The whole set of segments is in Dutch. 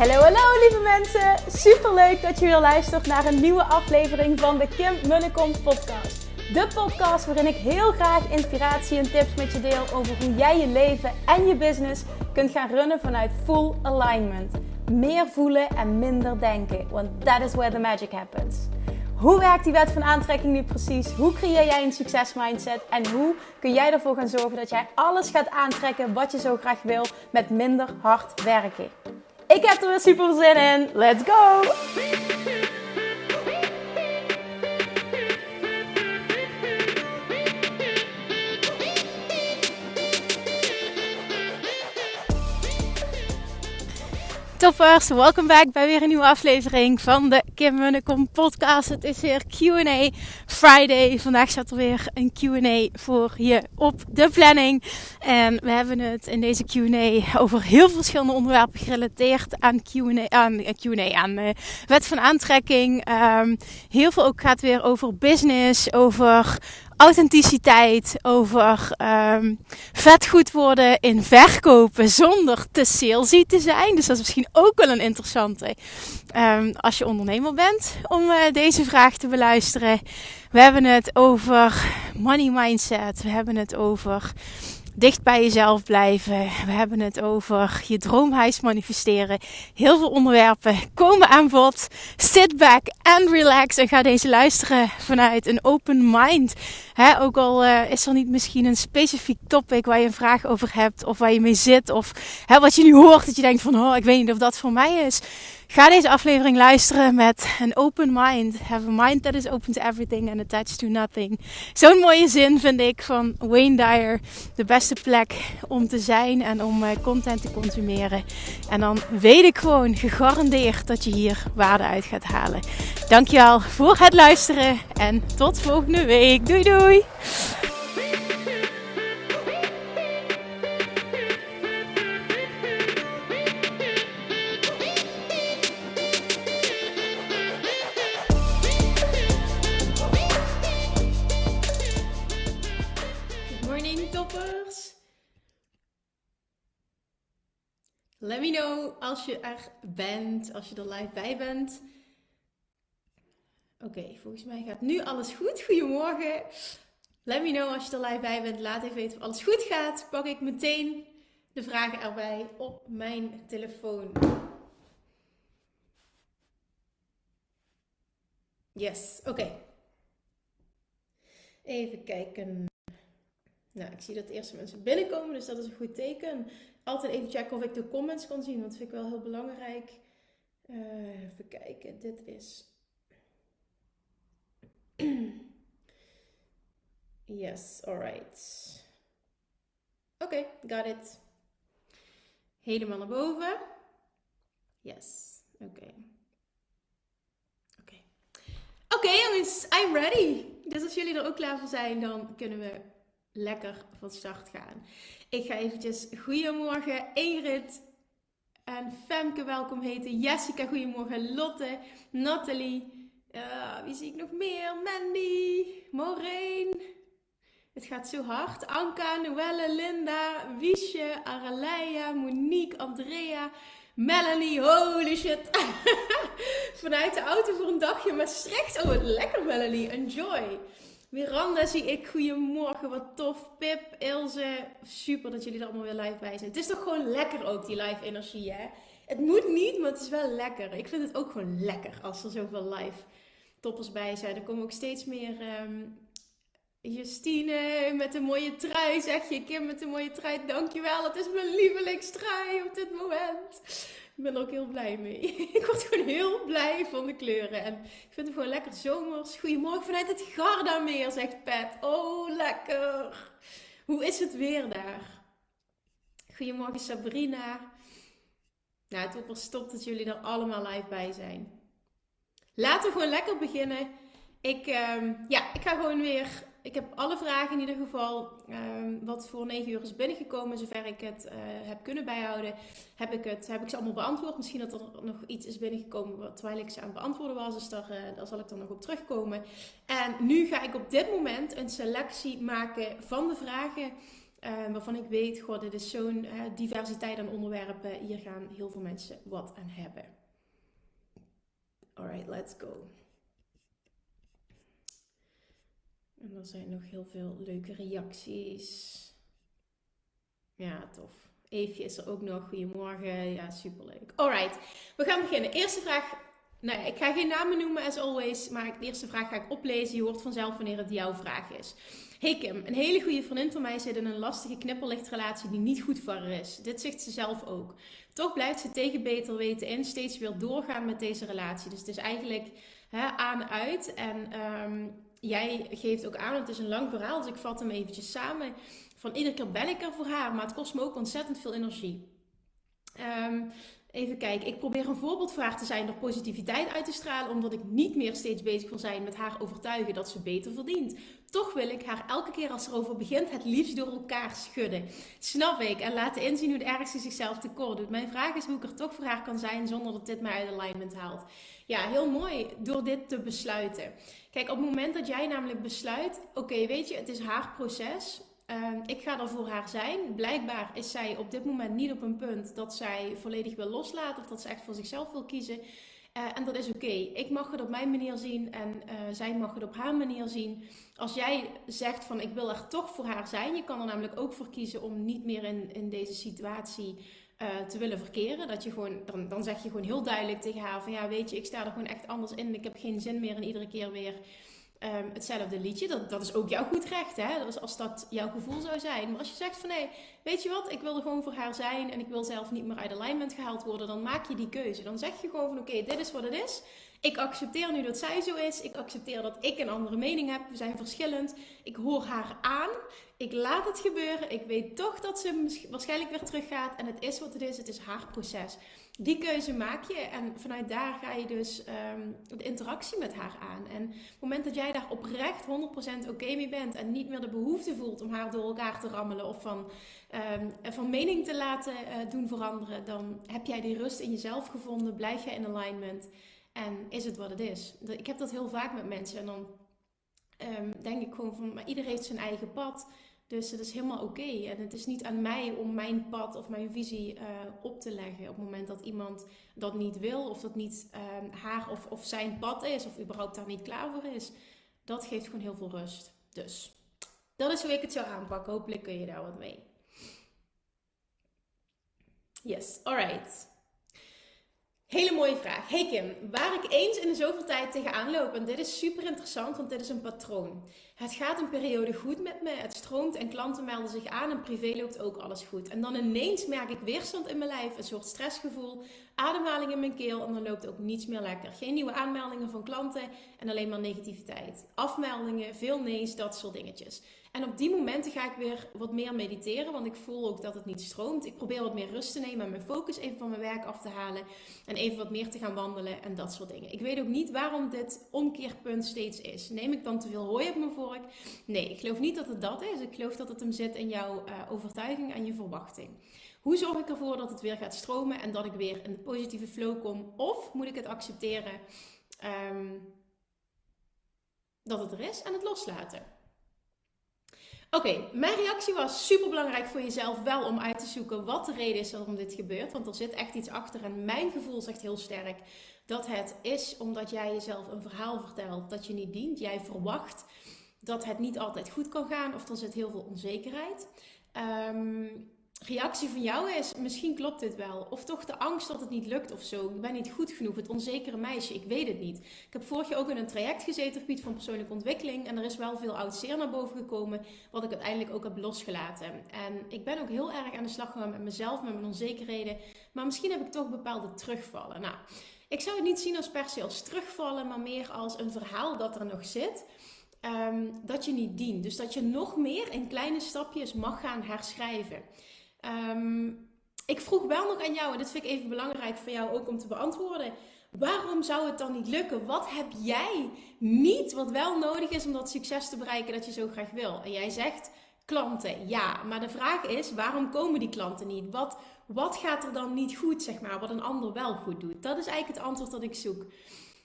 Hallo, hallo lieve mensen! Superleuk dat je weer luistert naar een nieuwe aflevering van de Kim Munnekom podcast. De podcast waarin ik heel graag inspiratie en tips met je deel over hoe jij je leven en je business kunt gaan runnen vanuit full alignment. Meer voelen en minder denken, want that is where the magic happens. Hoe werkt die wet van aantrekking nu precies? Hoe creëer jij een succesmindset? En hoe kun jij ervoor gaan zorgen dat jij alles gaat aantrekken wat je zo graag wil met minder hard werken? Ik heb er weer super zin in. Let's go! Toppers, welkom back bij weer een nieuwe aflevering van de Kim Munnekom podcast. Het is weer Q&A Friday. Vandaag staat er weer een Q&A voor je op de planning. En we hebben het in deze Q&A over heel veel verschillende onderwerpen gerelateerd aan wet van aantrekking. Heel veel ook gaat weer over business, over authenticiteit, over vet goed worden in verkopen zonder te salesy te zijn. Dus dat is misschien ook wel een interessante als je ondernemer bent om deze vraag te beluisteren. We hebben het over money mindset. We hebben het over dicht bij jezelf blijven. We hebben het over je droomhuis manifesteren. Heel veel onderwerpen komen aan bod. Sit back and relax en ga deze luisteren vanuit een open mind. Ook al is er niet misschien een specifiek topic waar je een vraag over hebt of waar je mee zit. Of wat je nu hoort dat je denkt van ik weet niet of dat voor mij is. Ga deze aflevering luisteren met een open mind. Have a mind that is open to everything and attached to nothing. Zo'n mooie zin vind ik van Wayne Dyer. De beste plek om te zijn en om content te consumeren. En dan weet ik gewoon gegarandeerd dat je hier waarde uit gaat halen. Dankjewel voor het luisteren en tot volgende week. Doei doei! Let me know als je er bent, als je er live bij bent. Oké, volgens mij gaat nu alles goed. Goedemorgen. Let me know als je er live bij bent. Laat even weten of alles goed gaat. Pak ik meteen de vragen erbij op mijn telefoon. Yes, oké. Even kijken. Nou, ik zie dat de eerste mensen binnenkomen, dus dat is een goed teken. Altijd even checken of ik de comments kan zien, want dat vind ik wel heel belangrijk. Even kijken, dit is... Yes, alright. Oké, got it. Helemaal naar boven. Yes, oké. Oké, jongens, I'm ready. Dus als jullie er ook klaar voor zijn, dan kunnen we lekker van start gaan. Ik ga eventjes goedemorgen Ingrid en Femke welkom heten. Jessica, goedemorgen. Lotte, Nathalie. Wie zie ik nog meer? Mandy, Maureen. Het gaat zo hard. Anka, Noelle, Linda, Wiesje, Araleia, Monique, Andrea, Melanie. Holy shit. Vanuit de auto voor een dagje Maastricht. Oh, wat lekker Melanie. Enjoy. Miranda zie ik, goedemorgen, wat tof. Pip, Ilse, super dat jullie er allemaal weer live bij zijn. Het is toch gewoon lekker ook, die live energie, hè? Het moet niet, maar het is wel lekker. Ik vind het ook gewoon lekker als er zoveel live toppers bij zijn. Er komen ook steeds meer Justine met een mooie trui, zeg je. Kim met een mooie trui, dankjewel. Het is mijn lievelingstrui op dit moment. Ik ben er ook heel blij mee. Ik word gewoon heel blij van de kleuren. En ik vind hem gewoon lekker zomers. Goedemorgen vanuit het Gardameer, zegt Pat. Oh, lekker. Hoe is het weer daar? Goedemorgen Sabrina. Nou, het wordt stop dat jullie er allemaal live bij zijn. Laten we gewoon lekker beginnen. Ik ga gewoon weer... Ik heb alle vragen in ieder geval, wat voor 9 uur is binnengekomen, zover ik het heb kunnen bijhouden, heb ik ze allemaal beantwoord. Misschien dat er nog iets is binnengekomen terwijl ik ze aan het beantwoorden was, dus daar zal ik dan nog op terugkomen. En nu ga ik op dit moment een selectie maken van de vragen Waarvan ik weet, goh, dit is zo'n diversiteit aan onderwerpen. Hier gaan heel veel mensen wat aan hebben. Alright, let's go. En er zijn nog heel veel leuke reacties. Ja, tof. Eefje is er ook nog. Goedemorgen. Ja, superleuk. Alright, we gaan beginnen. Eerste vraag. Nou ja, ik ga geen namen noemen, as always. Maar de eerste vraag ga ik oplezen. Je hoort vanzelf wanneer het jouw vraag is. Hey Kim, een hele goede vriendin van mij zit in een lastige knipperlichtrelatie die niet goed voor haar is. Dit zegt ze zelf ook. Toch blijft ze tegen beter weten in steeds weer doorgaan met deze relatie. Dus het is eigenlijk aan-uit. En jij geeft ook aan, het is een lang verhaal, dus ik vat hem eventjes samen. Van iedere keer bel ik er voor haar, maar het kost me ook ontzettend veel energie. Even kijken, ik probeer een voorbeeld voor haar te zijn door positiviteit uit te stralen, omdat ik niet meer steeds bezig wil zijn met haar overtuigen dat ze beter verdient. Toch wil ik haar elke keer als ze erover begint het liefst door elkaar schudden. Snap ik, en laten inzien hoe de ergste zichzelf tekort doet. Mijn vraag is hoe ik er toch voor haar kan zijn zonder dat dit mij uit alignment haalt. Ja, heel mooi, door dit te besluiten. Kijk, op het moment dat jij namelijk besluit, oké, weet je, het is haar proces. Ik ga er voor haar zijn. Blijkbaar is zij op dit moment niet op een punt dat zij volledig wil loslaten of dat ze echt voor zichzelf wil kiezen. En dat is oké. Ik mag het op mijn manier zien en zij mag het op haar manier zien. Als jij zegt van ik wil er toch voor haar zijn, je kan er namelijk ook voor kiezen om niet meer in deze situatie te willen verkeren. Dat je gewoon, dan zeg je gewoon heel duidelijk tegen haar van ja, weet je, ik sta er gewoon echt anders in. Ik heb geen zin meer in iedere keer weer hetzelfde liedje. Dat is ook jouw goed recht, hè? Dus als dat jouw gevoel zou zijn. Maar als je zegt van nee, weet je wat, ik wil er gewoon voor haar zijn en ik wil zelf niet meer uit alignment gehaald worden, dan maak je die keuze. Dan zeg je gewoon van oké, dit is wat het is. Ik accepteer nu dat zij zo is. Ik accepteer dat ik een andere mening heb. We zijn verschillend. Ik hoor haar aan. Ik laat het gebeuren. Ik weet toch dat ze waarschijnlijk weer teruggaat. En het is wat het is. Het is haar proces. Die keuze maak je. En vanuit daar ga je dus de interactie met haar aan. En op het moment dat jij daar oprecht 100% oké mee bent. En niet meer de behoefte voelt om haar door elkaar te rammelen. Of van mening te laten doen veranderen. Dan heb jij die rust in jezelf gevonden. Blijf jij in alignment. En is het wat het is? Ik heb dat heel vaak met mensen. En dan denk ik gewoon van, maar ieder heeft zijn eigen pad. Dus het is helemaal oké. En het is niet aan mij om mijn pad of mijn visie op te leggen. Op het moment dat iemand dat niet wil. Of dat niet haar of zijn pad is. Of überhaupt daar niet klaar voor is. Dat geeft gewoon heel veel rust. Dus dat is hoe ik het zou aanpakken. Hopelijk kun je daar wat mee. Yes, alright. Hele mooie vraag. Hey Kim, waar ik eens in de zoveel tijd tegenaan loop, en dit is super interessant, want dit is een patroon. Het gaat een periode goed met me, het stroomt en klanten melden zich aan en privé loopt ook alles goed. En dan ineens merk ik weerstand in mijn lijf, een soort stressgevoel, ademhaling in mijn keel en dan loopt ook niets meer lekker. Geen nieuwe aanmeldingen van klanten en alleen maar negativiteit. Afmeldingen, veel nee's, dat soort dingetjes. En op die momenten ga ik weer wat meer mediteren, want ik voel ook dat het niet stroomt. Ik probeer wat meer rust te nemen en mijn focus even van mijn werk af te halen. En even wat meer te gaan wandelen en dat soort dingen. Ik weet ook niet waarom dit omkeerpunt steeds is. Neem ik dan te veel hooi op mijn vork? Nee, ik geloof niet dat het dat is. Ik geloof dat het hem zit in jouw overtuiging en je verwachting. Hoe zorg ik ervoor dat het weer gaat stromen en dat ik weer in de positieve flow kom? Of moet ik het accepteren dat het er is en het loslaten? Oké, mijn reactie was super belangrijk voor jezelf wel om uit te zoeken wat de reden is waarom dit gebeurt. Want er zit echt iets achter en mijn gevoel zegt heel sterk dat het is omdat jij jezelf een verhaal vertelt dat je niet dient. Jij verwacht dat het niet altijd goed kan gaan of er zit heel veel onzekerheid. Reactie van jou is, misschien klopt dit wel. Of toch de angst dat het niet lukt of zo. Ik ben niet goed genoeg, het onzekere meisje, ik weet het niet. Ik heb vorig jaar ook in een traject gezeten op het gebied van persoonlijke ontwikkeling. En er is wel veel oud zeer naar boven gekomen, wat ik uiteindelijk ook heb losgelaten. En ik ben ook heel erg aan de slag gegaan met mezelf, met mijn onzekerheden. Maar misschien heb ik toch bepaalde terugvallen. Nou, ik zou het niet zien als per se als terugvallen, maar meer als een verhaal dat er nog zit. Dat je niet dient. Dus dat je nog meer in kleine stapjes mag gaan herschrijven. Ik vroeg wel nog aan jou, en dit vind ik even belangrijk voor jou ook om te beantwoorden. Waarom zou het dan niet lukken? Wat heb jij niet wat wel nodig is om dat succes te bereiken dat je zo graag wil? En jij zegt klanten, ja. Maar de vraag is, waarom komen die klanten niet? Wat gaat er dan niet goed, zeg maar, wat een ander wel goed doet? Dat is eigenlijk het antwoord dat ik zoek.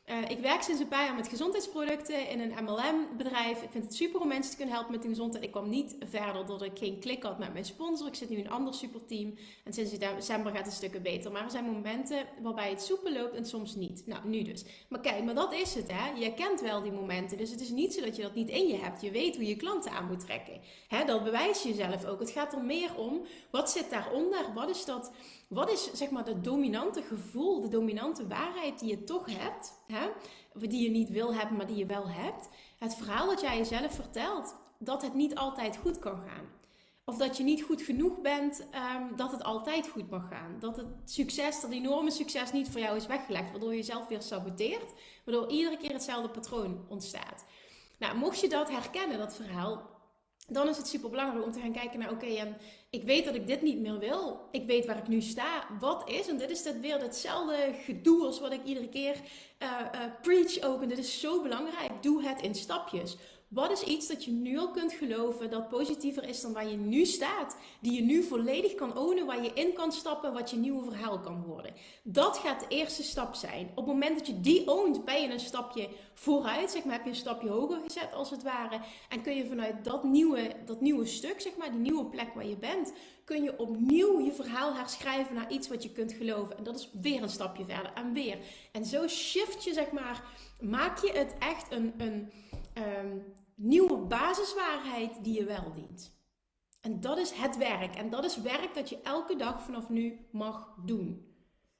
Ik werk sinds een paar jaar met gezondheidsproducten in een MLM-bedrijf. Ik vind het super om mensen te kunnen helpen met hun gezondheid. Ik kwam niet verder doordat ik geen klik had met mijn sponsor. Ik zit nu in een ander superteam. En sinds december gaat het stukken beter. Maar er zijn momenten waarbij het soepel loopt en soms niet. Nou, nu dus. Maar kijk, maar dat is het, hè. Je kent wel die momenten. Dus het is niet zo dat je dat niet in je hebt. Je weet hoe je klanten aan moet trekken. Hè, dat bewijs je zelf ook. Het gaat er meer om, wat zit daaronder? Wat is zeg maar het dominante gevoel, de dominante waarheid die je toch hebt, hè? Die je niet wil hebben, maar die je wel hebt. Het verhaal dat jij jezelf vertelt, dat het niet altijd goed kan gaan. Of dat je niet goed genoeg bent, dat het altijd goed mag gaan. Dat het succes, dat enorme succes niet voor jou is weggelegd. Waardoor je jezelf weer saboteert. Waardoor iedere keer hetzelfde patroon ontstaat. Nou, mocht je dat herkennen, dat verhaal, dan is het super belangrijk om te gaan kijken naar, oké, ik weet dat ik dit niet meer wil. Ik weet waar ik nu sta. Wat is, en dit is weer hetzelfde gedoe als wat ik iedere keer preach ook. En dit is zo belangrijk. Doe het in stapjes. Wat is iets dat je nu al kunt geloven dat positiever is dan waar je nu staat? Die je nu volledig kan ownen, waar je in kan stappen, wat je nieuwe verhaal kan worden. Dat gaat de eerste stap zijn. Op het moment dat je die ownt, ben je een stapje vooruit. Zeg maar, heb je een stapje hoger gezet als het ware. En kun je vanuit dat nieuwe stuk, zeg maar, die nieuwe plek waar je bent, kun je opnieuw je verhaal herschrijven naar iets wat je kunt geloven. En dat is weer een stapje verder en weer. En zo shift je, zeg maar, maak je het echt een nieuwe basiswaarheid die je wel dient. En dat is het werk. En dat is werk dat je elke dag vanaf nu mag doen.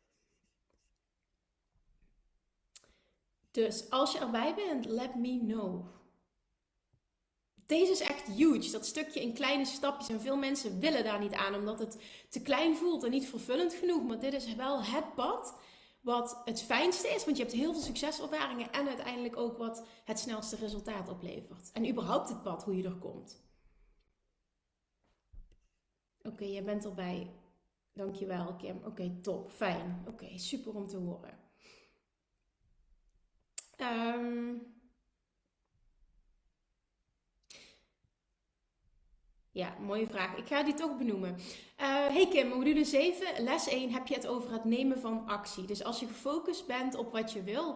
Dus als je erbij bent, let me know. Deze is echt huge. Dat stukje in kleine stapjes. En veel mensen willen daar niet aan, omdat het te klein voelt en niet vervullend genoeg. Maar dit is wel het pad wat het fijnste is. Want je hebt heel veel succeservaringen en uiteindelijk ook wat het snelste resultaat oplevert. En überhaupt het pad, hoe je er komt. Oké, jij bent erbij. Dankjewel, Kim. Oké, top. Fijn. Oké, super om te horen. Ja, mooie vraag. Ik ga die toch benoemen. Hey Kim, module 7, les 1, heb je het over het nemen van actie. Dus als je gefocust bent op wat je wil,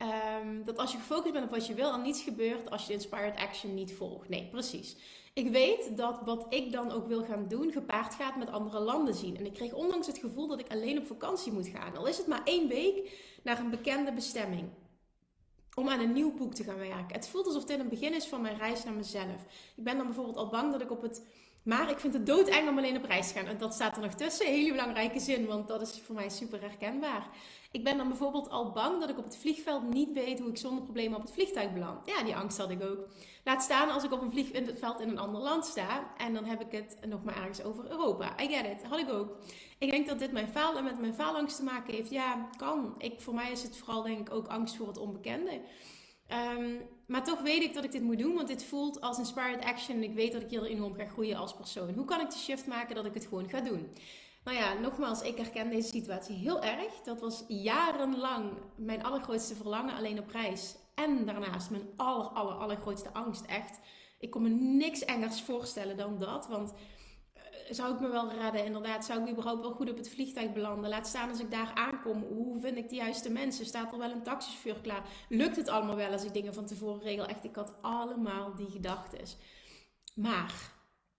en niets gebeurt als je de Inspired Action niet volgt. Nee, precies. Ik weet dat wat ik dan ook wil gaan doen, gepaard gaat met andere landen zien. En ik kreeg onlangs het gevoel dat ik alleen op vakantie moet gaan. Al is het maar 1 week naar een bekende bestemming. Om aan een nieuw boek te gaan werken. Het voelt alsof dit een begin is van mijn reis naar mezelf. Ik ben dan bijvoorbeeld al bang dat ik maar ik vind het doodeng om alleen op reis te gaan. En dat staat er nog tussen. Een hele belangrijke zin, want dat is voor mij super herkenbaar. Ik ben dan bijvoorbeeld al bang dat ik op het vliegveld niet weet hoe ik zonder problemen op het vliegtuig beland. Ja, die angst had ik ook. Laat staan als ik op een vliegveld in een ander land sta. En dan heb ik het nog maar ergens over Europa. I get it. Had ik ook. Ik denk dat dit met mijn faalangst te maken heeft. Ja, kan. Voor mij is het vooral denk ik ook angst voor het onbekende. Maar toch weet ik dat ik dit moet doen, want dit voelt als inspired action en ik weet dat ik hier enorm ga groeien als persoon. Hoe kan ik de shift maken dat ik het gewoon ga doen? Nou ja, nogmaals, ik herken deze situatie heel erg. Dat was jarenlang mijn allergrootste verlangen, alleen op reis. En daarnaast mijn allergrootste angst, echt. Ik kon me niks engers voorstellen dan dat, want zou ik me wel redden? Inderdaad, zou ik überhaupt wel goed op het vliegtuig belanden? Laat staan als ik daar aankom. Hoe vind ik de juiste mensen? Staat er wel een taxichauffeur klaar? Lukt het allemaal wel als ik dingen van tevoren regel? Echt, ik had allemaal die gedachten. Maar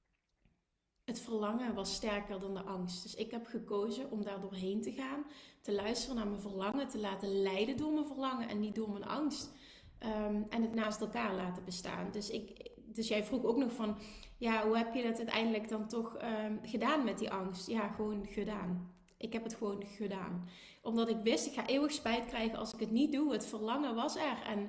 het verlangen was sterker dan de angst. Dus ik heb gekozen om daar doorheen te gaan. Te luisteren naar mijn verlangen. Te laten leiden door mijn verlangen en niet door mijn angst. En het naast elkaar laten bestaan. Dus jij vroeg ook nog van, ja, hoe heb je dat uiteindelijk dan toch gedaan met die angst? Ja, gewoon gedaan. Ik heb het gewoon gedaan. Omdat ik wist, ik ga eeuwig spijt krijgen als ik het niet doe. Het verlangen was er. En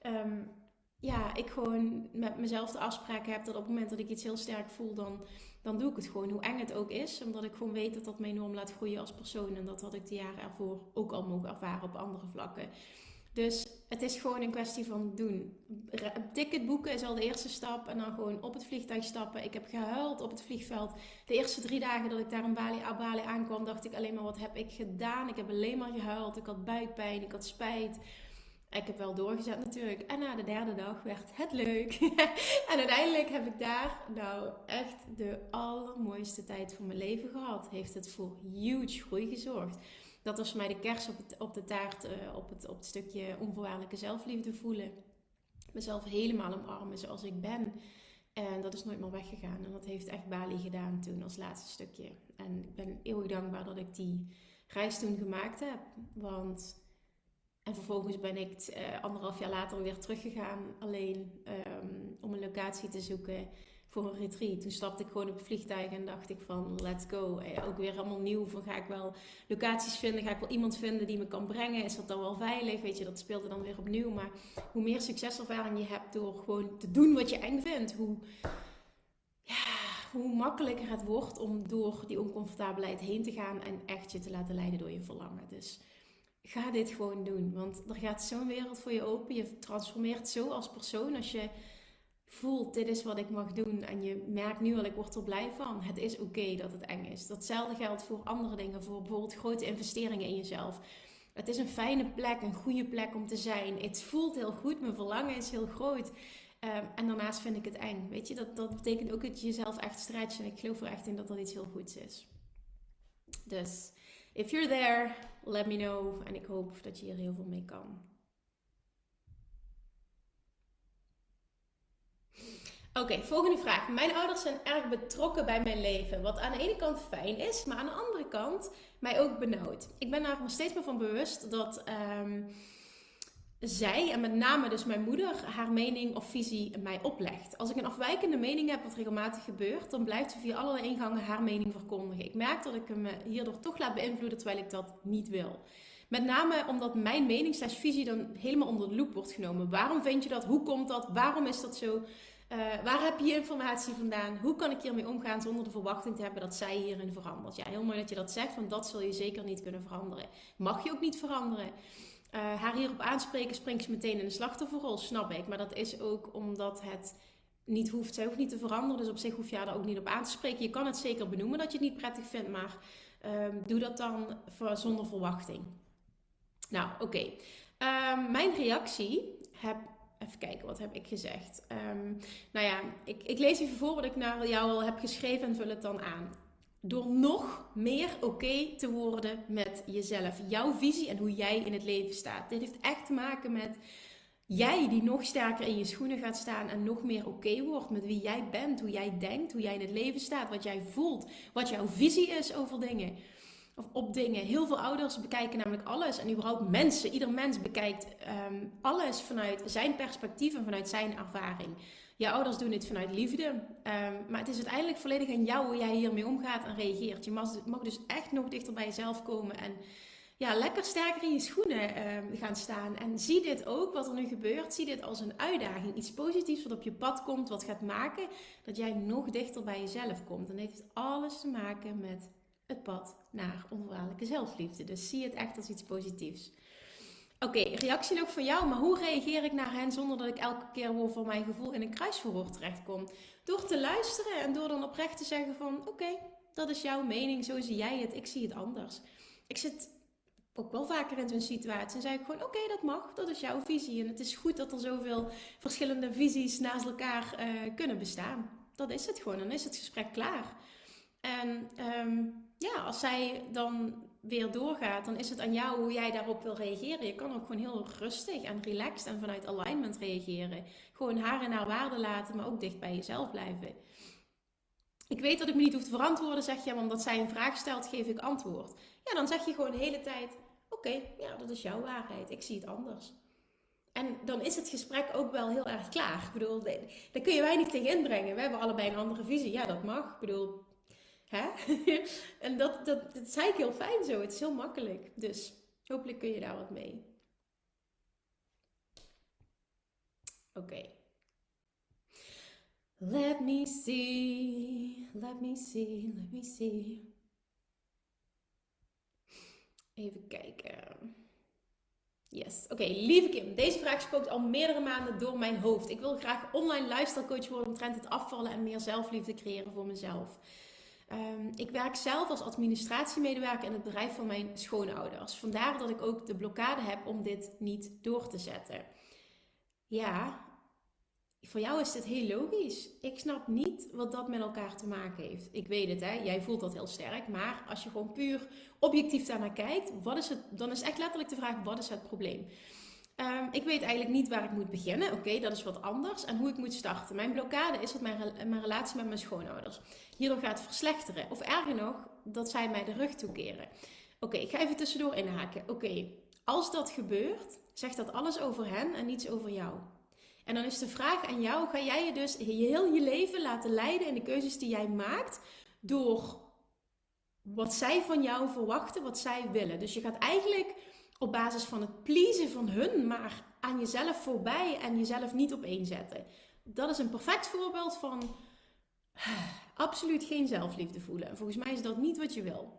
ik gewoon met mezelf de afspraak heb dat op het moment dat ik iets heel sterk voel, dan doe ik het gewoon. Hoe eng het ook is. Omdat ik gewoon weet dat dat me enorm laat groeien als persoon. En dat had ik de jaren ervoor ook al mogen ervaren op andere vlakken. Dus het is gewoon een kwestie van doen. Ticket boeken is al de eerste stap. En dan gewoon op het vliegtuig stappen. Ik heb gehuild op het vliegveld. De eerste 3 dagen dat ik daar in Bali aankwam, dacht ik alleen maar, wat heb ik gedaan? Ik heb alleen maar gehuild. Ik had buikpijn. Ik had spijt. Ik heb wel doorgezet natuurlijk. En na de 3e dag werd het leuk. En uiteindelijk heb ik daar nou echt de allermooiste tijd van mijn leven gehad. Heeft het voor huge groei gezorgd. Dat was voor mij de kers op de taart, op het stukje onvoorwaardelijke zelfliefde voelen. Mezelf helemaal omarmen zoals ik ben. En dat is nooit meer weggegaan. En dat heeft echt Bali gedaan toen als laatste stukje. En ik ben eeuwig dankbaar dat ik die reis toen gemaakt heb. En vervolgens ben ik 1,5 jaar later weer teruggegaan. Alleen om een locatie te zoeken voor een retreat. Toen stapte ik gewoon op het vliegtuig en dacht ik van let's go. Ook weer helemaal nieuw. Van ga ik wel locaties vinden? Ga ik wel iemand vinden die me kan brengen? Is dat dan wel veilig? Weet je, dat speelde dan weer opnieuw. Maar hoe meer succeservaring je hebt door gewoon te doen wat je eng vindt. Hoe makkelijker het wordt om door die oncomfortabelheid heen te gaan. En echt je te laten leiden door je verlangen. Dus ga dit gewoon doen. Want er gaat zo'n wereld voor je open. Je transformeert zo als persoon als je voelt, dit is wat ik mag doen. En je merkt nu al, ik word er blij van. Het is oké dat het eng is. Datzelfde geldt voor andere dingen. Voor bijvoorbeeld grote investeringen in jezelf. Het is een fijne plek, een goede plek om te zijn. Het voelt heel goed, mijn verlangen is heel groot. En daarnaast vind ik het eng. Weet je, dat betekent ook dat je jezelf echt stretcht. En ik geloof er echt in dat dat iets heel goeds is. Dus, if you're there, let me know. En ik hoop dat je hier heel veel mee kan. Oké, volgende vraag. Mijn ouders zijn erg betrokken bij mijn leven. Wat aan de ene kant fijn is, maar aan de andere kant mij ook benauwt. Ik ben daar nog steeds meer van bewust dat zij, en met name dus mijn moeder, haar mening of visie mij oplegt. Als ik een afwijkende mening heb, wat regelmatig gebeurt, dan blijft ze via allerlei ingangen haar mening verkondigen. Ik merk dat ik hem hierdoor toch laat beïnvloeden, terwijl ik dat niet wil. Met name omdat mijn mening / visie dan helemaal onder de loep wordt genomen. Waarom vind je dat? Hoe komt dat? Waarom is dat zo? Waar heb je informatie vandaan? Hoe kan ik hiermee omgaan zonder de verwachting te hebben dat zij hierin verandert? Ja, heel mooi dat je dat zegt, want dat zul je zeker niet kunnen veranderen. Mag je ook niet veranderen. Haar hierop aanspreken, springt ze meteen in de slachtofferrol, snap ik. Maar dat is ook omdat het niet hoeft. Zij hoeft niet te veranderen, dus op zich hoef je haar daar ook niet op aan te spreken. Je kan het zeker benoemen dat je het niet prettig vindt, maar doe dat dan zonder verwachting. Nou, oké. Mijn reactie even kijken, wat heb ik gezegd? Nou ja, ik lees even voor wat ik naar jou al heb geschreven en vul het dan aan. Door nog meer oké te worden met jezelf. Jouw visie en hoe jij in het leven staat. Dit heeft echt te maken met jij die nog sterker in je schoenen gaat staan en nog meer oké wordt met wie jij bent, hoe jij denkt, hoe jij in het leven staat, wat jij voelt, wat jouw visie is over dingen. Of op dingen. Heel veel ouders bekijken namelijk alles. En überhaupt mensen. Ieder mens bekijkt alles vanuit zijn perspectief en vanuit zijn ervaring. Je ouders doen dit vanuit liefde. Maar het is uiteindelijk volledig aan jou hoe jij hiermee omgaat en reageert. Je mag dus echt nog dichter bij jezelf komen. En ja, lekker sterker in je schoenen gaan staan. En zie dit ook, wat er nu gebeurt. Zie dit als een uitdaging. Iets positiefs wat op je pad komt. Wat gaat maken dat jij nog dichter bij jezelf komt. En dit heeft alles te maken met het pad naar onvoorwaardelijke zelfliefde. Dus zie het echt als iets positiefs. Oké, reactie nog van jou. Maar hoe reageer ik naar hen zonder dat ik elke keer weer voor mijn gevoel in een kruisverhoor terechtkom? Door te luisteren en door dan oprecht te zeggen van oké, dat is jouw mening, zo zie jij het, ik zie het anders. Ik zit ook wel vaker in zo'n situatie en zeg ik gewoon oké, dat mag, dat is jouw visie. En het is goed dat er zoveel verschillende visies naast elkaar kunnen bestaan. Dat is het gewoon, dan is het gesprek klaar. En als zij dan weer doorgaat, dan is het aan jou hoe jij daarop wil reageren. Je kan ook gewoon heel rustig en relaxed en vanuit alignment reageren. Gewoon haar en haar waarde laten, maar ook dicht bij jezelf blijven. Ik weet dat ik me niet hoef te verantwoorden, zeg je, maar omdat zij een vraag stelt, geef ik antwoord. Ja, dan zeg je gewoon de hele tijd, oké, dat is jouw waarheid, ik zie het anders. En dan is het gesprek ook wel heel erg klaar. Ik bedoel, daar kun je weinig tegen inbrengen. We hebben allebei een andere visie. Ja, dat mag. Ik bedoel, hè? En dat is eigenlijk heel fijn zo. Het is heel makkelijk. Dus hopelijk kun je daar wat mee. Oké. Let me see. Even kijken. Yes. Oké, lieve Kim. Deze vraag spookt al meerdere maanden door mijn hoofd. Ik wil graag online lifestyle coach worden omtrent het afvallen en meer zelfliefde creëren voor mezelf. Ik werk zelf als administratiemedewerker in het bedrijf van mijn schoonouders. Vandaar dat ik ook de blokkade heb om dit niet door te zetten. Ja, Voor jou is dit heel logisch. Ik snap niet wat dat met elkaar te maken heeft. Ik weet het, hè? Jij voelt dat heel sterk. Maar als je gewoon puur objectief daarnaar kijkt, dan is echt letterlijk de vraag, wat is het probleem? Ik weet eigenlijk niet waar ik moet beginnen. Oké, dat is wat anders. En hoe ik moet starten. Mijn blokkade is dat mijn relatie met mijn schoonouders hierdoor gaat verslechteren. Of erger nog, dat zij mij de rug toekeren. Oké, ik ga even tussendoor inhaken. Oké, als dat gebeurt, zegt dat alles over hen en niets over jou. En dan is de vraag aan jou, ga jij je dus heel je leven laten leiden in de keuzes die jij maakt door wat zij van jou verwachten, wat zij willen. Dus je gaat eigenlijk op basis van het pleasen van hun, maar aan jezelf voorbij en jezelf niet opeenzetten. Dat is een perfect voorbeeld van absoluut geen zelfliefde voelen. Volgens mij is dat niet wat je wil.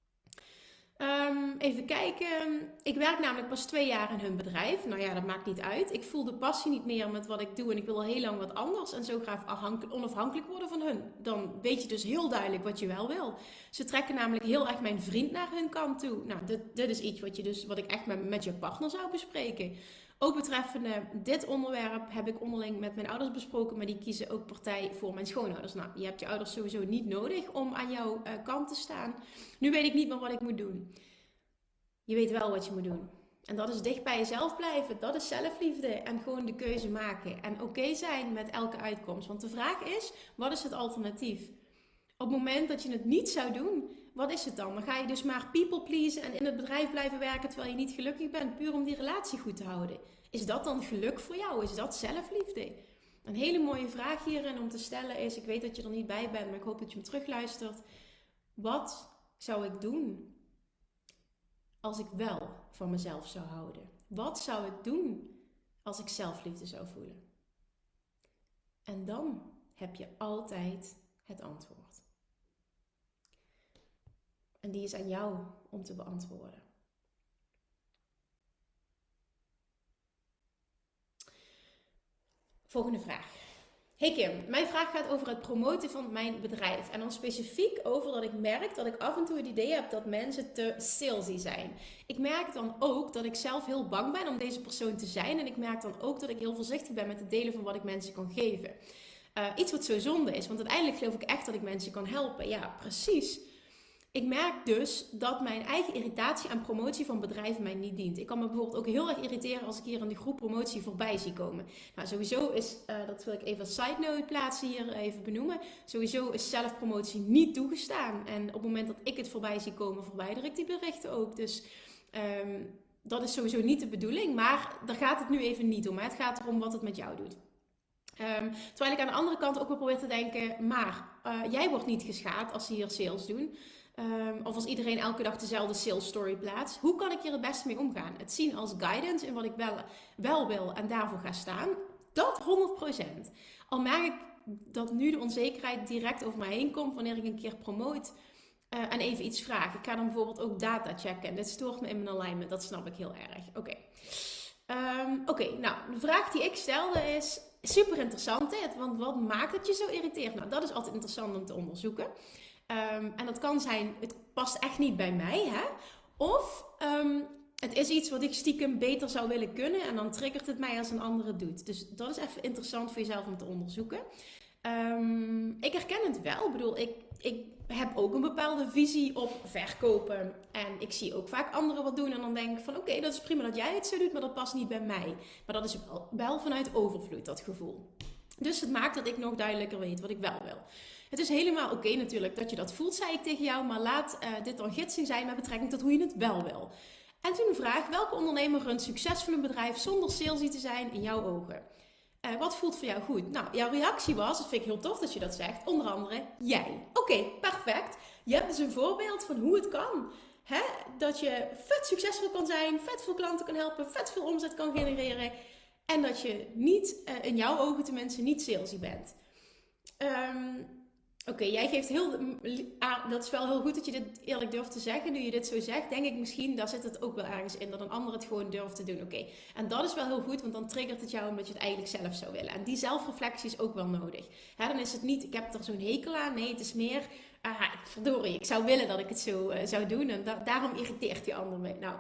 Even kijken. Ik werk namelijk pas 2 jaar in hun bedrijf. Nou ja, dat maakt niet uit. Ik voel de passie niet meer met wat ik doe en ik wil al heel lang wat anders en zo graag onafhankelijk worden van hun. Dan weet je dus heel duidelijk wat je wel wil. Ze trekken namelijk heel erg mijn vriend naar hun kant toe. Nou, dit is iets wat ik echt met je partner zou bespreken. Ook betreffende dit onderwerp heb ik onderling met mijn ouders besproken, maar die kiezen ook partij voor mijn schoonouders. Nou, je hebt je ouders sowieso niet nodig om aan jouw kant te staan. Nu weet ik niet meer wat ik moet doen. Je weet wel wat je moet doen. En dat is dicht bij jezelf blijven. Dat is zelfliefde. En gewoon de keuze maken. En oké zijn met elke uitkomst. Want de vraag is, wat is het alternatief? Op het moment dat je het niet zou doen, wat is het dan? Dan ga je dus maar people pleasen en in het bedrijf blijven werken terwijl je niet gelukkig bent, puur om die relatie goed te houden. Is dat dan geluk voor jou? Is dat zelfliefde? Een hele mooie vraag hierin om te stellen is, ik weet dat je er niet bij bent, maar ik hoop dat je me terugluistert. Wat zou ik doen als ik wel van mezelf zou houden? Wat zou ik doen als ik zelfliefde zou voelen? En dan heb je altijd het antwoord. En die is aan jou om te beantwoorden. Volgende vraag. Hey Kim, mijn vraag gaat over het promoten van mijn bedrijf. En dan specifiek over dat ik merk dat ik af en toe het idee heb dat mensen te salesy zijn. Ik merk dan ook dat ik zelf heel bang ben om deze persoon te zijn. En ik merk dan ook dat ik heel voorzichtig ben met het delen van wat ik mensen kan geven. Iets wat zo zonde is, want uiteindelijk geloof ik echt dat ik mensen kan helpen. Ja, precies. Ik merk dus dat mijn eigen irritatie aan promotie van bedrijven mij niet dient. Ik kan me bijvoorbeeld ook heel erg irriteren als ik hier in de groep promotie voorbij zie komen. Nou, sowieso is, dat wil ik even als side note plaatsen hier even benoemen. Sowieso is zelfpromotie niet toegestaan. En op het moment dat ik het voorbij zie komen, verwijder ik die berichten ook. Dus dat is sowieso niet de bedoeling. Maar daar gaat het nu even niet om. Hè. Het gaat erom wat het met jou doet. Terwijl ik aan de andere kant ook wel probeer te denken, maar jij wordt niet geschaad als ze hier sales doen. Of als iedereen elke dag dezelfde sales story plaatst. Hoe kan ik hier het beste mee omgaan? Het zien als guidance in wat ik wel wil en daarvoor ga staan. Dat 100%. Al merk ik dat nu de onzekerheid direct over mij heen komt wanneer ik een keer promoot en even iets vraag. Ik ga dan bijvoorbeeld ook data checken. En dit stoort me in mijn alignment. Dat snap ik heel erg. Oké, nou, de vraag die ik stelde is super interessant. Hè? Want wat maakt het je zo irriteert? Nou, dat is altijd interessant om te onderzoeken. En dat kan zijn, het past echt niet bij mij. Hè? Of het is iets wat ik stiekem beter zou willen kunnen. En dan triggert het mij als een ander het doet. Dus dat is even interessant voor jezelf om te onderzoeken. Ik herken het wel. Ik bedoel, ik heb ook een bepaalde visie op verkopen. En ik zie ook vaak anderen wat doen. En dan denk ik van oké, dat is prima dat jij het zo doet, maar dat past niet bij mij. Maar dat is wel vanuit overvloed, dat gevoel. Dus het maakt dat ik nog duidelijker weet wat ik wel wil. Het is helemaal oké natuurlijk dat je dat voelt, zei ik tegen jou. Maar laat dit dan gidsing zijn met betrekking tot hoe je het wel wil. En toen de vraag, welke ondernemer runt succesvol een bedrijf zonder salesy te zijn in jouw ogen? Wat voelt voor jou goed? Nou, jouw reactie was, dat vind ik heel tof dat je dat zegt, onder andere jij. Oké, perfect. Je hebt dus een voorbeeld van hoe het kan. Hè? Dat je vet succesvol kan zijn, vet veel klanten kan helpen, vet veel omzet kan genereren. En dat je niet, in jouw ogen tenminste, niet salesy bent. Oké, jij geeft dat is wel heel goed dat je dit eerlijk durft te zeggen. Nu je dit zo zegt, denk ik misschien, daar zit het ook wel ergens in. Dat een ander het gewoon durft te doen. Oké, en dat is wel heel goed, want dan triggert het jou omdat je het eigenlijk zelf zou willen. En die zelfreflectie is ook wel nodig. Dan is het niet, ik heb er zo'n hekel aan. Nee, het is meer, verdorie, ik zou willen dat ik het zo zou doen. En daarom irriteert die ander me. Nou,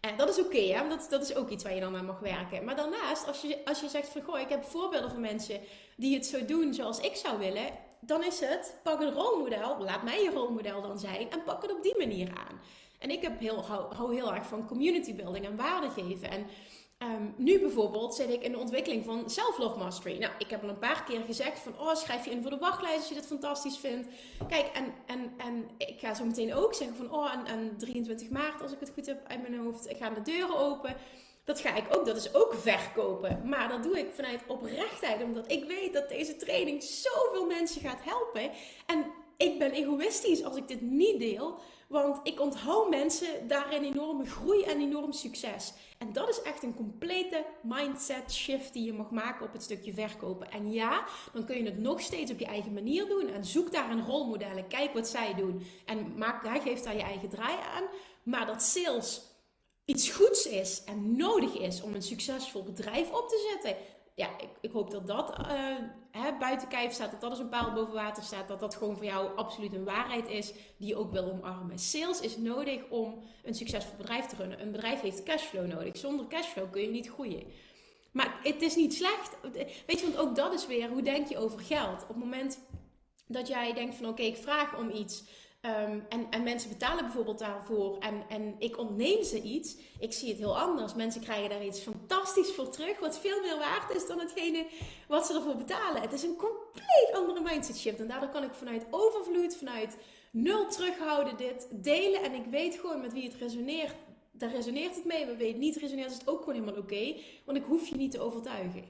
Dat is oké, hè? Want dat is ook iets waar je dan aan mag werken. Maar daarnaast, als je zegt van, goh, ik heb voorbeelden van mensen die het zo doen zoals ik zou willen, dan is het, pak een rolmodel, laat mij je rolmodel dan zijn en pak het op die manier aan. En ik hou heel erg van community building en waarde geven. En nu bijvoorbeeld zit ik in de ontwikkeling van Self-Love Mastery. Nou, ik heb al een paar keer gezegd van, schrijf je in voor de wachtlijst als je dit fantastisch vindt. Kijk, en ik ga zo meteen ook zeggen van, en 23 maart, als ik het goed heb uit mijn hoofd, gaan de deuren open. Dat ga ik ook, dat is ook verkopen. Maar dat doe ik vanuit oprechtheid, omdat ik weet dat deze training zoveel mensen gaat helpen. En ik ben egoïstisch als ik dit niet deel, want ik onthoud mensen daarin enorme groei en enorm succes. En dat is echt een complete mindset shift die je mag maken op het stukje verkopen. En ja, dan kun je het nog steeds op je eigen manier doen en zoek daar een rolmodellen, kijk wat zij doen en geef daar je eigen draai aan. Maar dat sales iets goeds is en nodig is om een succesvol bedrijf op te zetten. Ja, ik hoop dat dat buiten kijf staat, dat dat als een paal boven water staat, dat dat gewoon voor jou absoluut een waarheid is die je ook wil omarmen. Sales is nodig om een succesvol bedrijf te runnen. Een bedrijf heeft cashflow nodig. Zonder cashflow kun je niet groeien. Maar het is niet slecht. Weet je, want ook dat is weer, hoe denk je over geld? Op het moment dat jij denkt van oké, ik vraag om iets. En mensen betalen bijvoorbeeld daarvoor en ik ontneem ze iets. Ik zie het heel anders. Mensen krijgen daar iets fantastisch voor terug, wat veel meer waard is dan hetgene wat ze ervoor betalen. Het is een compleet andere mindset shift. En daardoor kan ik vanuit overvloed, vanuit nul terughouden dit delen. En ik weet gewoon met wie het resoneert. Daar resoneert het mee. We weten niet resoneert, is het ook gewoon helemaal oké. Want ik hoef je niet te overtuigen.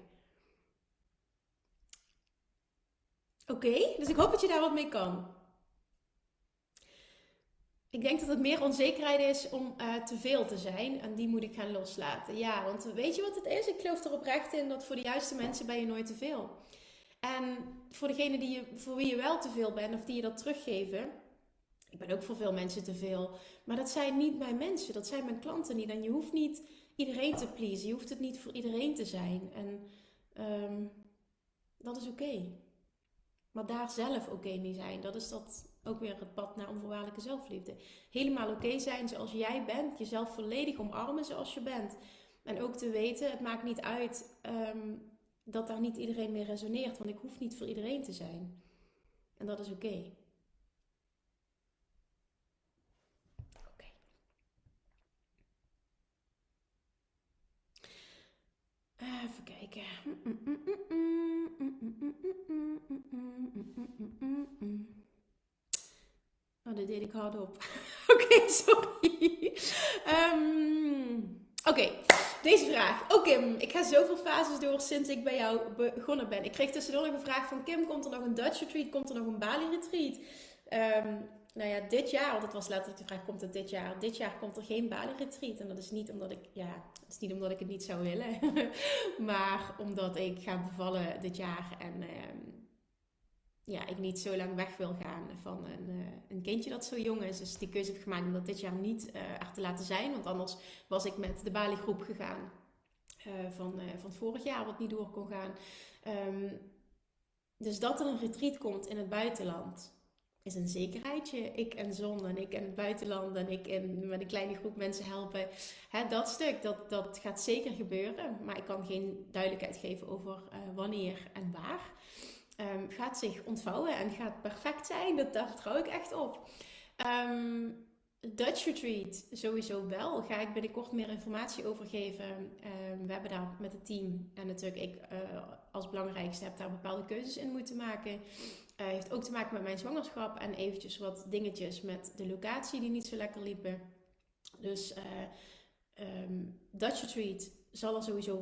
Oké, dus ik hoop dat je daar wat mee kan. Ik denk dat het meer onzekerheid is om te veel te zijn. En die moet ik gaan loslaten. Ja, want weet je wat het is? Ik geloof er oprecht in dat voor de juiste mensen ben je nooit te veel. En voor degene voor wie je wel te veel bent of die je dat teruggeven. Ik ben ook voor veel mensen te veel. Maar dat zijn niet mijn mensen. Dat zijn mijn klanten niet. En je hoeft niet iedereen te pleasen. Je hoeft het niet voor iedereen te zijn. En dat is oké. Maar daar zelf oké mee zijn. Dat is dat ook weer het pad naar onvoorwaardelijke zelfliefde. Helemaal oké zijn zoals jij bent. Jezelf volledig omarmen zoals je bent. En ook te weten, het maakt niet uit dat daar niet iedereen mee resoneert. Want ik hoef niet voor iedereen te zijn. En dat is oké. Oké. Even kijken. Oh, dat deed ik hardop. Oké, sorry. Oké, deze vraag. Kim, ik ga zoveel fases door sinds ik bij jou begonnen ben. Ik kreeg tussendoor nog een vraag van Kim, komt er nog een Dutch retreat? Komt er nog een Bali retreat? Nou ja, dit jaar, want dat was letterlijk de vraag, komt het dit jaar? Dit jaar komt er geen Bali retreat. En dat is niet omdat ik het niet zou willen. Maar omdat ik ga bevallen dit jaar en ik niet zo lang weg wil gaan van een kindje dat zo jong is. Dus die keuze heb ik gemaakt om dat dit jaar niet er te laten zijn. Want anders was ik met de Bali groep gegaan van vorig jaar, wat niet door kon gaan. Dus dat er een retreat komt in het buitenland is een zekerheidje. Ik en zon en ik in het buitenland en met een kleine groep mensen helpen. Dat stuk, dat gaat zeker gebeuren. Maar ik kan geen duidelijkheid geven over wanneer en waar. Gaat zich ontvouwen en gaat perfect zijn. Daar vertrouw ik echt op. Dutch Retreat sowieso wel. Ga ik binnenkort meer informatie over geven. We hebben daar met het team en natuurlijk ik als belangrijkste heb daar bepaalde keuzes in moeten maken. Heeft ook te maken met mijn zwangerschap en eventjes wat dingetjes met de locatie die niet zo lekker liepen. Dus Dutch Retreat zal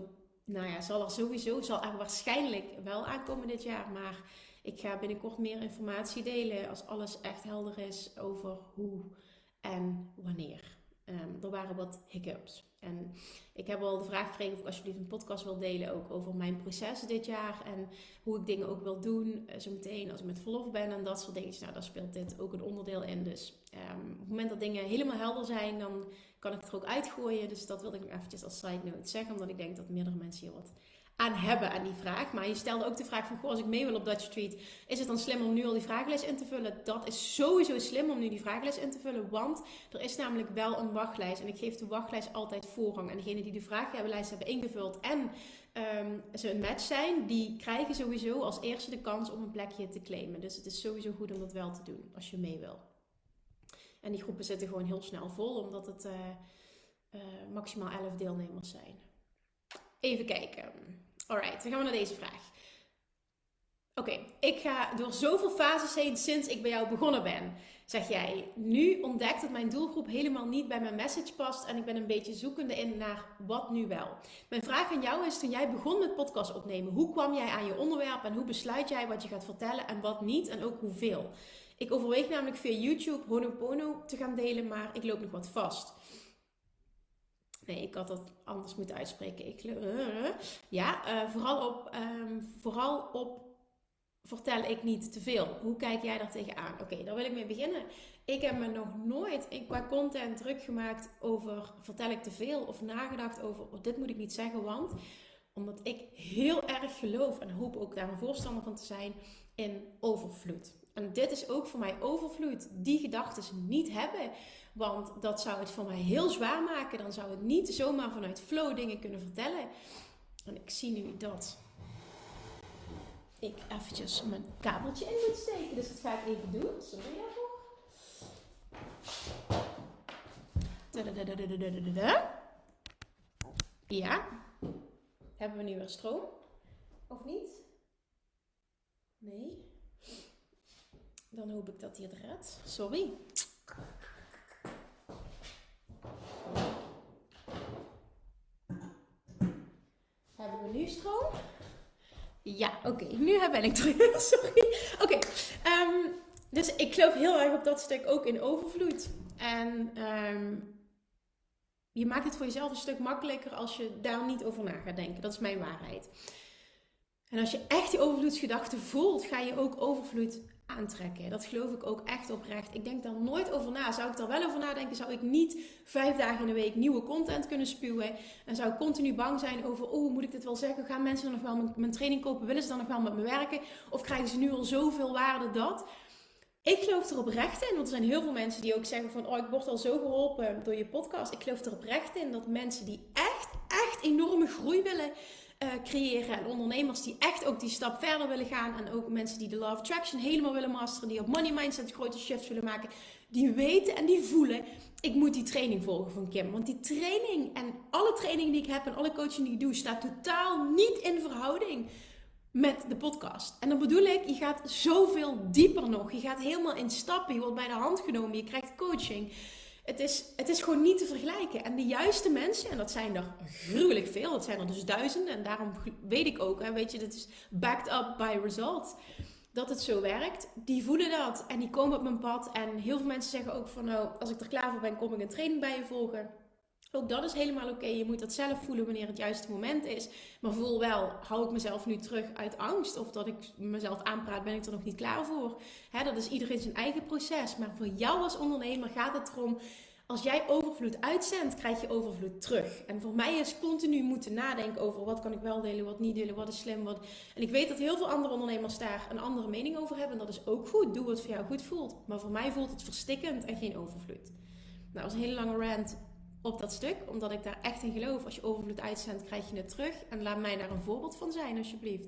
er waarschijnlijk wel aankomen dit jaar. Maar ik ga binnenkort meer informatie delen als alles echt helder is over hoe en wanneer. Er waren wat hiccups. En ik heb al de vraag gekregen of ik alsjeblieft een podcast wil delen ook over mijn proces dit jaar. En hoe ik dingen ook wil doen. Zometeen als ik met verlof ben en dat soort dingen. Nou, daar speelt dit ook een onderdeel in. Dus op het moment dat dingen helemaal helder zijn, dan kan ik het er ook uitgooien. Dus dat wilde ik nog eventjes als side note zeggen. Omdat ik denk dat meerdere mensen hier wat aan hebben aan die vraag. Maar je stelde ook de vraag van, als ik mee wil op Dutch Retreat, is het dan slim om nu al die vragenlijst in te vullen? Dat is sowieso slim om nu die vragenlijst in te vullen, want er is namelijk wel een wachtlijst. En ik geef de wachtlijst altijd voorrang. En degenen die de vragenlijst hebben ingevuld en ze een match zijn, die krijgen sowieso als eerste de kans om een plekje te claimen. Dus het is sowieso goed om dat wel te doen, als je mee wil. En die groepen zitten gewoon heel snel vol, omdat het maximaal 11 deelnemers zijn. Even kijken. Alright, dan gaan we naar deze vraag. Oké, ik ga door zoveel fases heen sinds ik bij jou begonnen ben. Zeg jij, nu ontdekt dat mijn doelgroep helemaal niet bij mijn message past en ik ben een beetje zoekende in naar wat nu wel. Mijn vraag aan jou is, toen jij begon met podcast opnemen, hoe kwam jij aan je onderwerp en hoe besluit jij wat je gaat vertellen en wat niet en ook hoeveel? Ik overweeg namelijk via YouTube Ho'oponopono te gaan delen, maar ik loop nog wat vast. Nee, ik had dat anders moeten uitspreken. Vooral op vertel ik niet te veel. Hoe kijk jij daar tegenaan? Oké, daar wil ik mee beginnen. Ik heb me nog nooit qua content druk gemaakt over vertel ik te veel of nagedacht over dit moet ik niet zeggen, want omdat ik heel erg geloof en hoop ook daar een voorstander van te zijn in overvloed. En dit is ook voor mij overvloed. Die gedachten niet hebben. Want dat zou het voor mij heel zwaar maken. Dan zou ik niet zomaar vanuit flow dingen kunnen vertellen. En ik zie nu dat ik eventjes mijn kabeltje in moet steken. Dus dat ga ik even doen. Sorry daarvoor. Ja. Hebben we nu weer stroom? Of niet? Nee. Dan hoop ik dat hij het redt. Sorry. Hebben we nu stroom? Ja, oké. Nu ben ik terug. Sorry. Oké. Dus ik geloof heel erg op dat stuk ook in overvloed. En je maakt het voor jezelf een stuk makkelijker als je daar niet over na gaat denken. Dat is mijn waarheid. En als je echt die overvloedsgedachte voelt, ga je ook overvloed aantrekken. Dat geloof ik ook echt oprecht. Ik denk daar nooit over na. Zou ik daar wel over nadenken, zou ik niet 5 dagen in de week nieuwe content kunnen spuwen. En zou ik continu bang zijn over, hoe moet ik dit wel zeggen? Gaan mensen dan nog wel mijn training kopen? Willen ze dan nog wel met me werken? Of krijgen ze nu al zoveel waarde dat? Ik geloof er oprecht in, want er zijn heel veel mensen die ook zeggen van, ik word al zo geholpen door je podcast. Ik geloof er oprecht in dat mensen die echt enorme groei willen creëren en ondernemers die echt ook die stap verder willen gaan en ook mensen die de Law of Attraction helemaal willen masteren, die op money mindset grote shifts willen maken, die weten en die voelen, ik moet die training volgen van Kim. Want die training en alle trainingen die ik heb en alle coaching die ik doe, staat totaal niet in verhouding met de podcast. En dan bedoel ik, je gaat zoveel dieper nog. Je gaat helemaal in stappen, je wordt bij de hand genomen, je krijgt coaching. Het is gewoon niet te vergelijken. En de juiste mensen, en dat zijn er gruwelijk veel, dat zijn er dus duizenden. En daarom weet ik ook, weet je, dat is backed up by results. Dat het zo werkt, die voelen dat en die komen op mijn pad. En heel veel mensen zeggen ook van, als ik er klaar voor ben, kom ik een training bij je volgen. Ook dat is helemaal oké. Je moet dat zelf voelen wanneer het juiste moment is. Maar voel wel, hou ik mezelf nu terug uit angst? Of dat ik mezelf aanpraat, ben ik er nog niet klaar voor? Dat is iedereen zijn eigen proces. Maar voor jou als ondernemer gaat het erom, als jij overvloed uitzendt, krijg je overvloed terug. En voor mij is continu moeten nadenken over wat kan ik wel delen, wat niet delen, wat is slim. En ik weet dat heel veel andere ondernemers daar een andere mening over hebben. En dat is ook goed. Doe wat voor jou goed voelt. Maar voor mij voelt het verstikkend en geen overvloed. Nou, dat was een hele lange rant op dat stuk, omdat ik daar echt in geloof. Als je overvloed uitzendt, krijg je het terug. En laat mij daar een voorbeeld van zijn, alsjeblieft.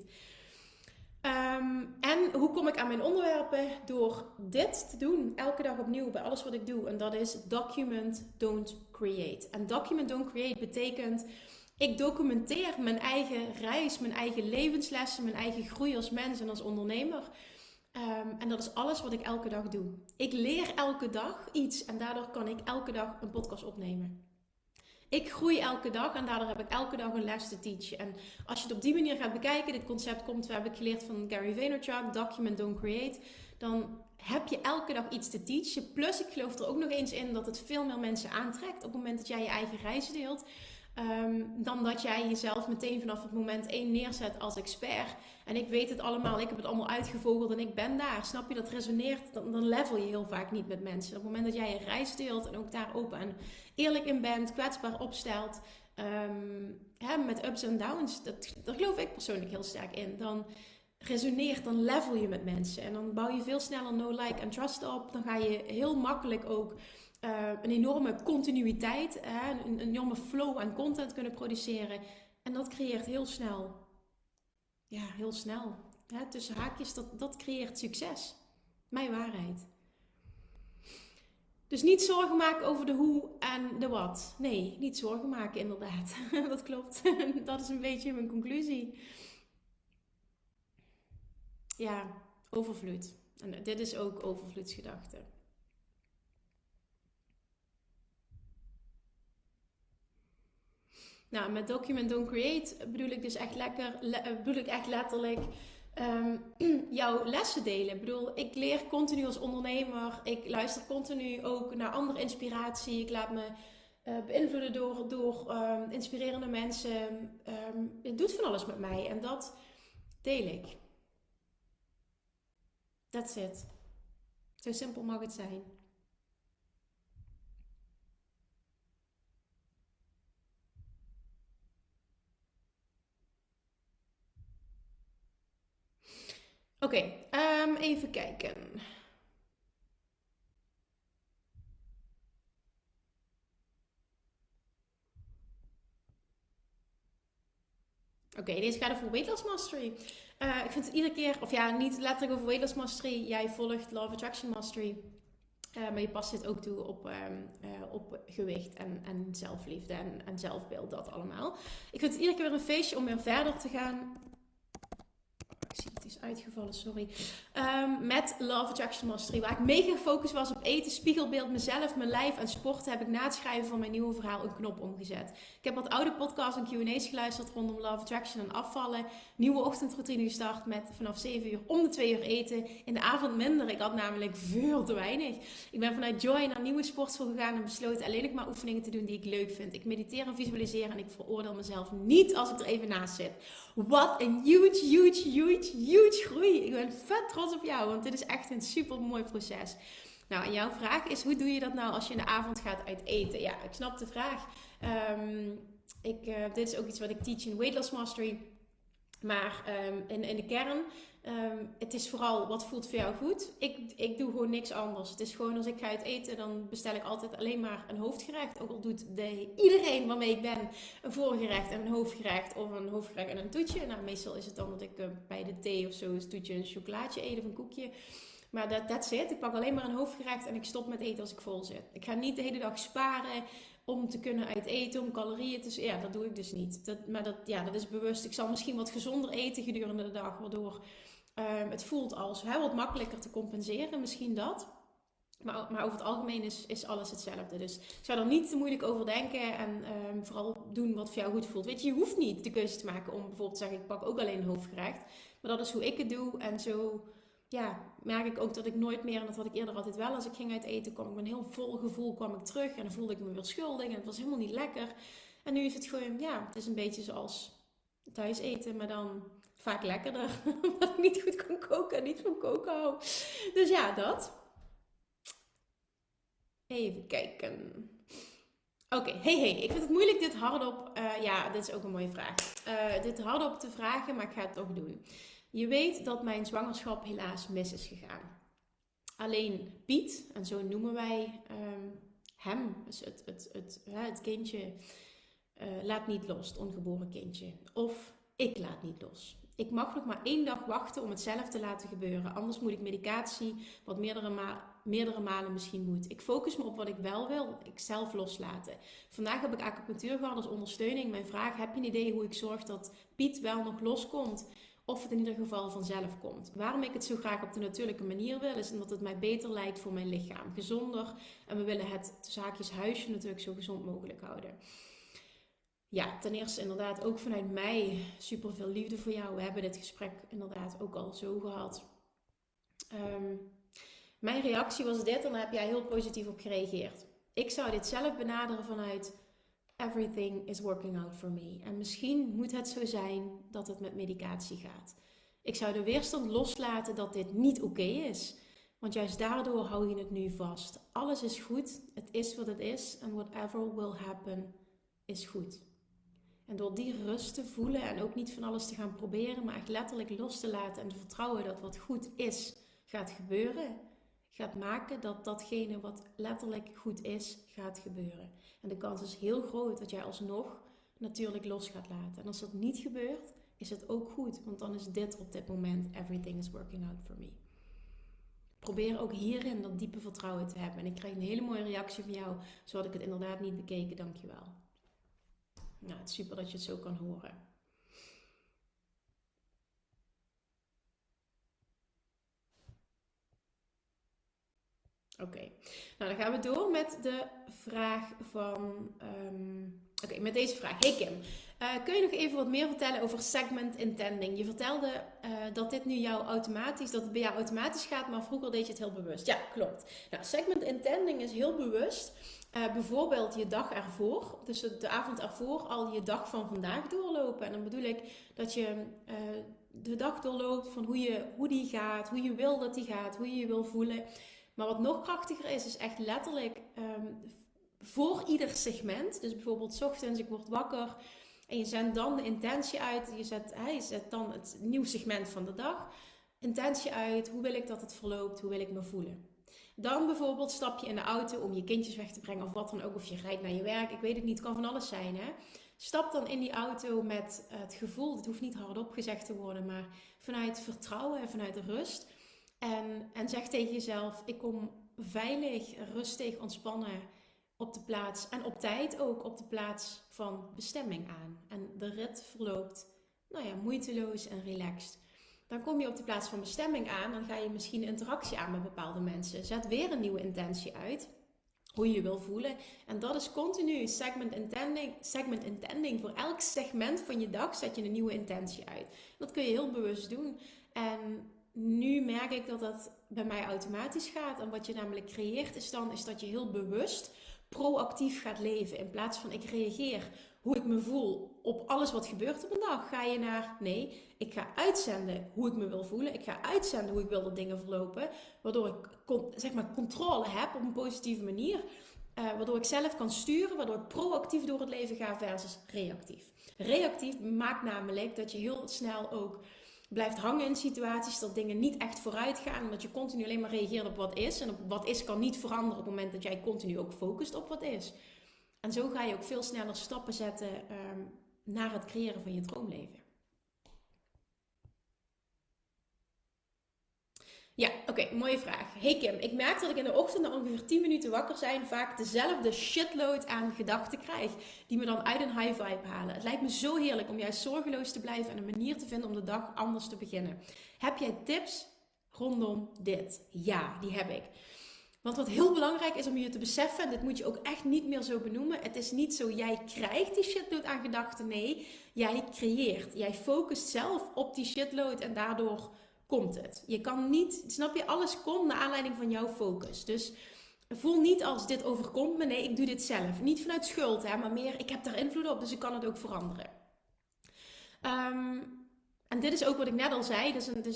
En hoe kom ik aan mijn onderwerpen? Door dit te doen, elke dag opnieuw bij alles wat ik doe. En dat is document, don't create. En document, don't create betekent, ik documenteer mijn eigen reis, mijn eigen levenslessen, mijn eigen groei als mens en als ondernemer. En dat is alles wat ik elke dag doe. Ik leer elke dag iets en daardoor kan ik elke dag een podcast opnemen. Ik groei elke dag en daardoor heb ik elke dag een les te teachen. En als je het op die manier gaat bekijken, dit concept komt, heb ik geleerd van Gary Vaynerchuk, document, don't create. Dan heb je elke dag iets te teachen. Plus ik geloof er ook nog eens in dat het veel meer mensen aantrekt op het moment dat jij je eigen reis deelt. Dan dat jij jezelf meteen vanaf het moment 1 neerzet als expert. En ik weet het allemaal, ik heb het allemaal uitgevogeld en ik ben daar. Snap je, dat resoneert, dan level je heel vaak niet met mensen. Op het moment dat jij je reis deelt en ook daar open en eerlijk in bent, kwetsbaar opstelt, met ups en downs. Daar geloof ik persoonlijk heel sterk in. Dan resoneert, dan level je met mensen. En dan bouw je veel sneller know, like en trust op. Dan ga je heel makkelijk ook een enorme continuïteit, een enorme flow aan content kunnen produceren. En dat creëert heel snel, tussen haakjes, dat creëert succes. Mijn waarheid. Dus niet zorgen maken over de hoe en de wat. Nee, niet zorgen maken inderdaad. Dat klopt. Dat is een beetje mijn conclusie. Ja, overvloed. En dit is ook overvloedsgedachte. Nou, met Document Don't Create bedoel ik dus echt letterlijk jouw lessen delen. Ik bedoel, ik leer continu als ondernemer. Ik luister continu ook naar andere inspiratie. Ik laat me beïnvloeden door inspirerende mensen. Het doet van alles met mij en dat deel ik. That's it. Zo simpel mag het zijn. Oké, even kijken. Oké, deze gaat over Weight Loss Mastery. Ik vind het iedere keer, niet letterlijk over Weight Loss Mastery. Jij volgt Law of Attraction Mastery. Maar je past dit ook toe op gewicht en zelfliefde en zelfbeeld, dat allemaal. Ik vind het iedere keer weer een feestje om weer verder te gaan. Ik zie het is uitgevallen, sorry. Met Law of Attraction Mastery, waar ik mega gefocust was op eten, spiegelbeeld, mezelf, mijn lijf en sporten, heb ik na het schrijven van mijn nieuwe verhaal een knop omgezet. Ik heb wat oude podcasts en Q&A's geluisterd rondom Law of Attraction en afvallen. Nieuwe ochtendroutine gestart met vanaf 7 uur om de 2 uur eten. In de avond minder, ik had namelijk veel te weinig. Ik ben vanuit Joy naar nieuwe sportschool gegaan en besloten alleen nog maar oefeningen te doen die ik leuk vind. Ik mediteer en visualiseer en ik veroordeel mezelf niet als ik er even naast zit. Wat een huge groei. Ik ben vet trots op jou, want dit is echt een super mooi proces. Nou, en jouw vraag is, hoe doe je dat nou als je in de avond gaat uit eten? Ja, ik snap de vraag. Dit is ook iets wat ik teach in Weight Loss Mastery. Maar in de kern, het is vooral wat voelt voor jou goed. Ik doe gewoon niks anders. Het is gewoon als ik ga uit eten, dan bestel ik altijd alleen maar een hoofdgerecht. Ook al doet iedereen waarmee ik ben een voorgerecht en een hoofdgerecht of een hoofdgerecht en een toetje. Nou, meestal is het dan dat ik bij de thee of zo een toetje een chocolaatje eet of een koekje. Maar that's it. Ik pak alleen maar een hoofdgerecht en ik stop met eten als ik vol zit. Ik ga niet de hele dag sparen om te kunnen uit eten, om calorieën te... Ja, dat doe ik dus niet. Dat is bewust. Ik zal misschien wat gezonder eten gedurende de dag, waardoor het voelt als wat makkelijker te compenseren. Misschien dat. Maar over het algemeen is alles hetzelfde. Dus ik zou er niet te moeilijk over denken en vooral doen wat voor jou goed voelt. Weet je, je hoeft niet de keuze te maken om bijvoorbeeld te zeggen, ik pak ook alleen een hoofdgerecht. Maar dat is hoe ik het doe en zo... Ja, merk ik ook dat ik nooit meer, en dat had ik eerder altijd wel, als ik ging uit eten, kwam ik met een heel vol gevoel kwam ik terug en dan voelde ik me weer schuldig en het was helemaal niet lekker. En nu is het gewoon, het is een beetje zoals thuis eten, maar dan vaak lekkerder, omdat ik niet goed kan koken en niet van koken hou. Dus ja, dat. Even kijken. Oké, hey, ik vind het moeilijk dit hardop, dit is ook een mooie vraag, dit hardop te vragen, maar ik ga het toch doen. Je weet dat mijn zwangerschap helaas mis is gegaan. Alleen Piet, en zo noemen wij hem, dus het kindje, laat niet los, het ongeboren kindje. Of ik laat niet los. Ik mag nog maar 1 dag wachten om het zelf te laten gebeuren. Anders moet ik medicatie, wat meerdere malen misschien moet. Ik focus me op wat ik wel wil, ik zelf loslaten. Vandaag heb ik acupunctuur gehad als ondersteuning. Mijn vraag, heb je een idee hoe ik zorg dat Piet wel nog loskomt? Of het in ieder geval vanzelf komt. Waarom ik het zo graag op de natuurlijke manier wil, is omdat het mij beter lijkt voor mijn lichaam. Gezonder. En we willen het zaakjes huisje natuurlijk zo gezond mogelijk houden. Ja, ten eerste inderdaad ook vanuit mij super veel liefde voor jou. We hebben dit gesprek inderdaad ook al zo gehad. Mijn reactie was dit en daar heb jij heel positief op gereageerd. Ik zou dit zelf benaderen vanuit... Everything is working out for me. En misschien moet het zo zijn dat het met medicatie gaat. Ik zou de weerstand loslaten dat dit niet oké is. Want juist daardoor hou je het nu vast. Alles is goed. Het is wat het is. En whatever will happen is goed. En door die rust te voelen en ook niet van alles te gaan proberen, maar echt letterlijk los te laten en te vertrouwen dat wat goed is, gaat gebeuren, gaat maken dat datgene wat letterlijk goed is, gaat gebeuren. En de kans is heel groot dat jij alsnog natuurlijk los gaat laten. En als dat niet gebeurt, is het ook goed, want dan is dit op dit moment everything is working out for me. Probeer ook hierin dat diepe vertrouwen te hebben. En ik krijg een hele mooie reactie van jou. Zo had ik het inderdaad niet bekeken, dankjewel. Nou, het is super dat je het zo kan horen. Oké, nou dan gaan we door met de vraag van... met deze vraag. Hey Kim, kun je nog even wat meer vertellen over segment intending? Je vertelde dat dit nu dat het bij jou automatisch gaat, maar vroeger deed je het heel bewust. Ja, klopt. Nou, segment intending is heel bewust. Bijvoorbeeld je dag ervoor, dus de avond ervoor, al je dag van vandaag doorlopen. En dan bedoel ik dat je de dag doorloopt van hoe die gaat, hoe je wil dat die gaat, hoe je je wil voelen. Maar wat nog krachtiger is echt letterlijk voor ieder segment. Dus bijvoorbeeld 's ochtends, ik word wakker en je zendt dan de intentie uit. Je zet dan het nieuw segment van de dag. Intentie uit, hoe wil ik dat het verloopt, hoe wil ik me voelen. Dan bijvoorbeeld stap je in de auto om je kindjes weg te brengen of wat dan ook. Of je rijdt naar je werk, ik weet het niet, het kan van alles zijn. Hè? Stap dan in die auto met het gevoel, het hoeft niet hardop gezegd te worden, maar vanuit vertrouwen en vanuit rust. En zeg tegen jezelf, ik kom veilig, rustig, ontspannen op de plaats en op tijd ook op de plaats van bestemming aan. En de rit verloopt moeiteloos en relaxed. Dan kom je op de plaats van bestemming aan, dan ga je misschien interactie aan met bepaalde mensen. Zet weer een nieuwe intentie uit, hoe je je wil voelen. En dat is continu segment intending. Voor elk segment van je dag zet je een nieuwe intentie uit. Dat kun je heel bewust doen. En nu merk ik dat dat bij mij automatisch gaat. En wat je namelijk creëert is dat je heel bewust proactief gaat leven. In plaats van ik reageer hoe ik me voel op alles wat gebeurt op een dag. Ga je naar, nee, ik ga uitzenden hoe ik me wil voelen. Ik ga uitzenden hoe ik wil dat dingen verlopen. Waardoor ik controle heb op een positieve manier. Waardoor ik zelf kan sturen. Waardoor ik proactief door het leven ga versus reactief. Reactief maakt namelijk dat je heel snel ook blijft hangen in situaties, dat dingen niet echt vooruit gaan, omdat je continu alleen maar reageert op wat is. En op wat is kan niet veranderen op het moment dat jij continu ook focust op wat is. En zo ga je ook veel sneller stappen zetten naar het creëren van je droomleven. Ja, oké, mooie vraag. Hey Kim, ik merk dat ik in de ochtend na ongeveer 10 minuten wakker zijn vaak dezelfde shitload aan gedachten krijg, die me dan uit een high vibe halen. Het lijkt me zo heerlijk om juist zorgeloos te blijven en een manier te vinden om de dag anders te beginnen. Heb jij tips rondom dit? Ja, die heb ik. Want wat heel belangrijk is om je te beseffen, en dit moet je ook echt niet meer zo benoemen, het is niet zo jij krijgt die shitload aan gedachten, nee, jij creëert. Jij focust zelf op die shitload en daardoor komt het. Je kan niet, snap je, alles komt naar aanleiding van jouw focus. Dus voel niet als dit overkomt me, nee, ik doe dit zelf. Niet vanuit schuld, hè, maar meer, ik heb daar invloed op, dus ik kan het ook veranderen. En dit is ook wat ik net al zei.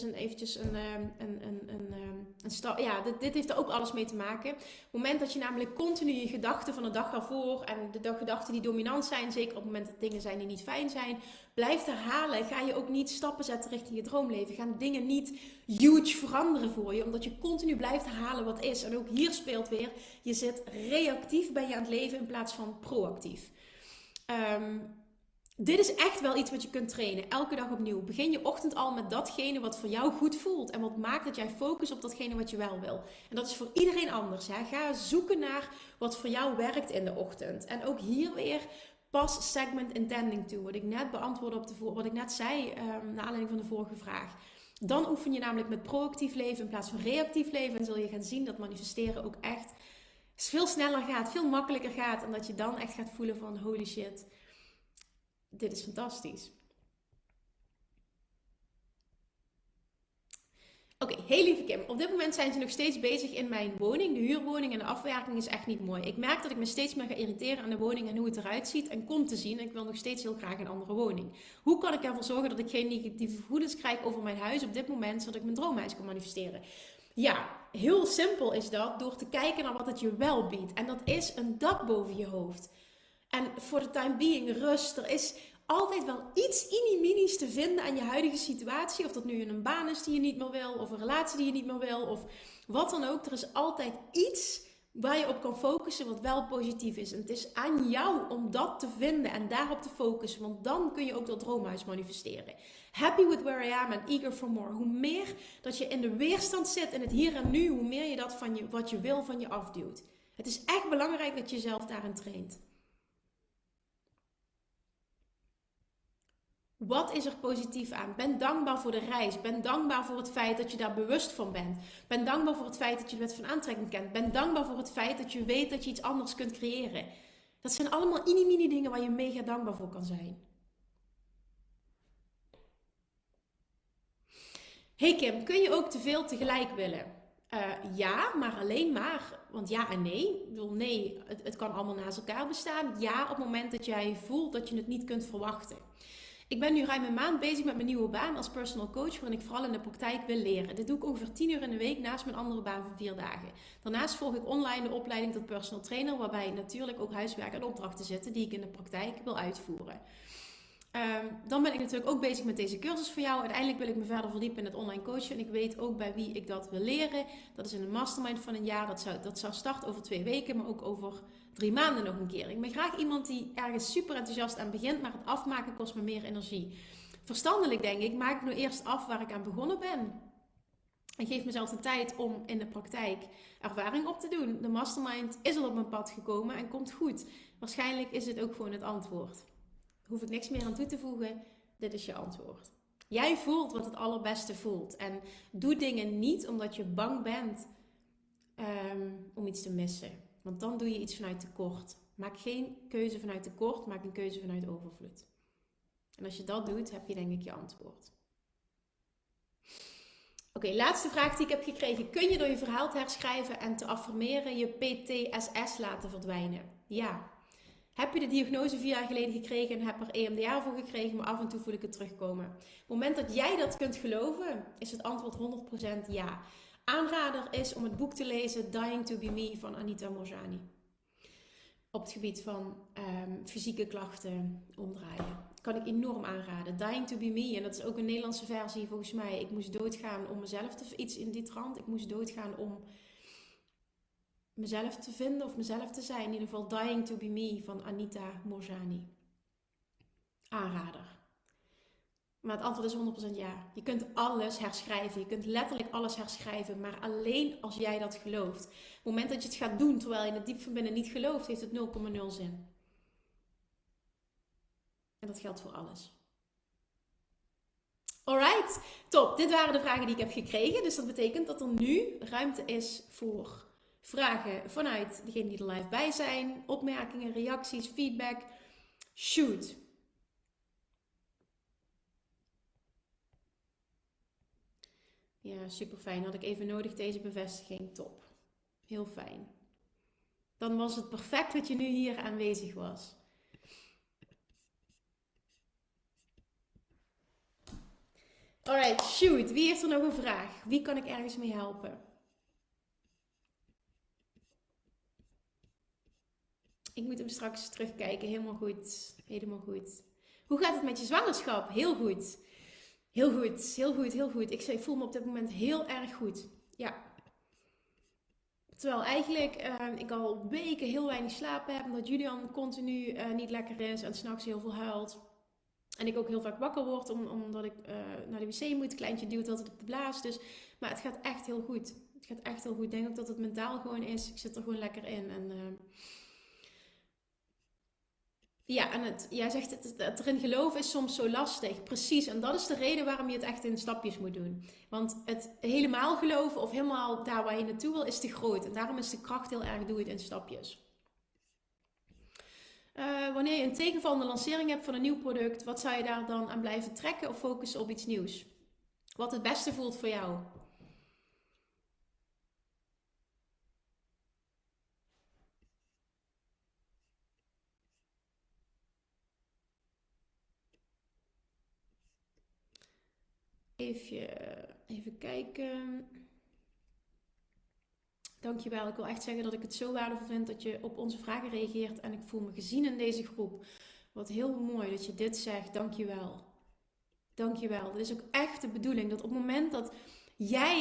Dit heeft er ook alles mee te maken. Op het moment dat je namelijk continu je gedachten van de dag ervoor en de gedachten die dominant zijn, zeker op het moment dat dingen zijn die niet fijn zijn, blijft herhalen. Ga je ook niet stappen zetten richting je droomleven. Gaan dingen niet huge veranderen voor je, omdat je continu blijft herhalen wat is. En ook hier speelt weer, je zit reactief ben je aan het leven in plaats van proactief. Dit is echt wel iets wat je kunt trainen, elke dag opnieuw. Begin je ochtend al met datgene wat voor jou goed voelt. En wat maakt dat jij focust op datgene wat je wel wil. En dat is voor iedereen anders. Hè? Ga zoeken naar wat voor jou werkt in de ochtend. En ook hier weer, pas segment intending toe. Wat ik net beantwoordde op wat ik net zei, naar aanleiding van de vorige vraag. Dan oefen je namelijk met proactief leven in plaats van reactief leven. En zul je gaan zien dat manifesteren ook echt veel sneller gaat, veel makkelijker gaat. En dat je dan echt gaat voelen van holy shit, dit is fantastisch. Oké, hey lieve Kim. Op dit moment zijn ze nog steeds bezig in mijn woning. De huurwoning en de afwerking is echt niet mooi. Ik merk dat ik me steeds meer ga irriteren aan de woning en hoe het eruit ziet en komt te zien. Ik wil nog steeds heel graag een andere woning. Hoe kan ik ervoor zorgen dat ik geen negatieve gevoelens krijg over mijn huis op dit moment, zodat ik mijn droomhuis kan manifesteren? Ja, heel simpel is dat, door te kijken naar wat het je wel biedt. En dat is een dak boven je hoofd. En voor de time being rust. Er is altijd wel iets mini's te vinden aan je huidige situatie. Of dat nu een baan is die je niet meer wil, of een relatie die je niet meer wil, of wat dan ook. Er is altijd iets waar je op kan focussen wat wel positief is. En het is aan jou om dat te vinden en daarop te focussen. Want dan kun je ook dat droomhuis manifesteren. Happy with where I am and eager for more. Hoe meer dat je in de weerstand zit in het hier en nu, hoe meer je dat van je, wat je wil van je afduwt. Het is echt belangrijk dat je jezelf daarin traint. Wat is er positief aan? Ben dankbaar voor de reis. Ben dankbaar voor het feit dat je daar bewust van bent. Ben dankbaar voor het feit dat je de wet van aantrekking kent. Ben dankbaar voor het feit dat je weet dat je iets anders kunt creëren. Dat zijn allemaal mini dingen waar je mega dankbaar voor kan zijn. Hey Kim, kun je ook te veel tegelijk willen? Ja, maar alleen maar. Want ja en nee. Ik bedoel, nee, het kan allemaal naast elkaar bestaan. Ja, op het moment dat jij voelt dat je het niet kunt verwachten. Ik ben nu ruim een maand bezig met mijn nieuwe baan als personal coach, waarin ik vooral in de praktijk wil leren. Dit doe ik ongeveer 10 uur in de week naast mijn andere baan van 4 dagen. Daarnaast volg ik online de opleiding tot personal trainer, waarbij natuurlijk ook huiswerk en opdrachten zitten die ik in de praktijk wil uitvoeren. Dan ben ik natuurlijk ook bezig met deze cursus voor jou. Uiteindelijk wil ik me verder verdiepen in het online coachen. En ik weet ook bij wie ik dat wil leren. Dat is in een mastermind van een jaar. Dat zou starten over 2 weken, maar ook over 3 maanden nog een keer. Ik ben graag iemand die ergens super enthousiast aan begint, maar het afmaken kost me meer energie. Verstandelijk denk ik, maak ik nou eerst af waar ik aan begonnen ben. En geef mezelf de tijd om in de praktijk ervaring op te doen. De mastermind is al op mijn pad gekomen en komt goed. Waarschijnlijk is het ook gewoon het antwoord. Hoef ik niks meer aan toe te voegen. Dit is je antwoord. Jij voelt wat het allerbeste voelt. En doe dingen niet omdat je bang bent om iets te missen. Want dan doe je iets vanuit tekort. Maak geen keuze vanuit tekort. Maak een keuze vanuit overvloed. En als je dat doet, heb je denk ik je antwoord. Oké, laatste vraag die ik heb gekregen. Kun je door je verhaal te herschrijven en te affirmeren je PTSS laten verdwijnen? Ja. Heb je de diagnose 4 jaar geleden gekregen en heb er EMDR voor gekregen, maar af en toe voel ik het terugkomen. Op het moment dat jij dat kunt geloven, is het antwoord 100% ja. Aanrader is om het boek te lezen Dying to be Me van Anita Moorjani. Op het gebied van fysieke klachten omdraaien. Kan ik enorm aanraden. Dying to be Me, en dat is ook een Nederlandse versie volgens mij. Ik moest doodgaan om mezelf te... Iets in die trant. Ik moest doodgaan om mezelf te vinden of mezelf te zijn. In ieder geval Dying to be Me van Anita Moorjani. Aanrader. Maar het antwoord is 100% ja. Je kunt alles herschrijven. Je kunt letterlijk alles herschrijven. Maar alleen als jij dat gelooft. Op het moment dat je het gaat doen terwijl je het diep van binnen niet gelooft, heeft het 0,0 zin. En dat geldt voor alles. Alright, top. Dit waren de vragen die ik heb gekregen. Dus dat betekent dat er nu ruimte is voor vragen vanuit degenen die er live bij zijn. Opmerkingen, reacties, feedback. Shoot. Ja, super fijn. Had ik even nodig deze bevestiging. Top. Heel fijn. Dan was het perfect dat je nu hier aanwezig was. Alright, shoot. Wie heeft er nog een vraag? Wie kan ik ergens mee helpen? Ik moet hem straks terugkijken. Helemaal goed. Helemaal goed. Hoe gaat het met je zwangerschap? Heel goed. Heel goed. Heel goed. Heel goed. Ik voel me op dit moment heel erg goed. Ja. Terwijl eigenlijk ik al weken heel weinig slapen heb. Omdat Julian continu niet lekker is. En 's nachts heel veel huilt. En ik ook heel vaak wakker word omdat ik naar de wc moet. Kleintje duwt altijd op de blaas. Dus, maar het gaat echt heel goed. Het gaat echt heel goed. Ik denk ook dat het mentaal gewoon is. Ik zit er gewoon lekker in. En ja, en jij zegt het erin geloven is soms zo lastig. Precies. En dat is de reden waarom je het echt in stapjes moet doen. Want het helemaal geloven of helemaal daar waar je naartoe wil is te groot. En daarom is de kracht heel erg doe het in stapjes. Wanneer je een tegenvallende lancering hebt van een nieuw product, wat zou je daar dan aan blijven trekken of focussen op iets nieuws? Wat het beste voelt voor jou? Even kijken. Dankjewel. Ik wil echt zeggen dat ik het zo waardevol vind dat je op onze vragen reageert en ik voel me gezien in deze groep. Wat heel mooi dat je dit zegt. Dankjewel. Dankjewel. Dat is ook echt de bedoeling. Dat op het moment dat jij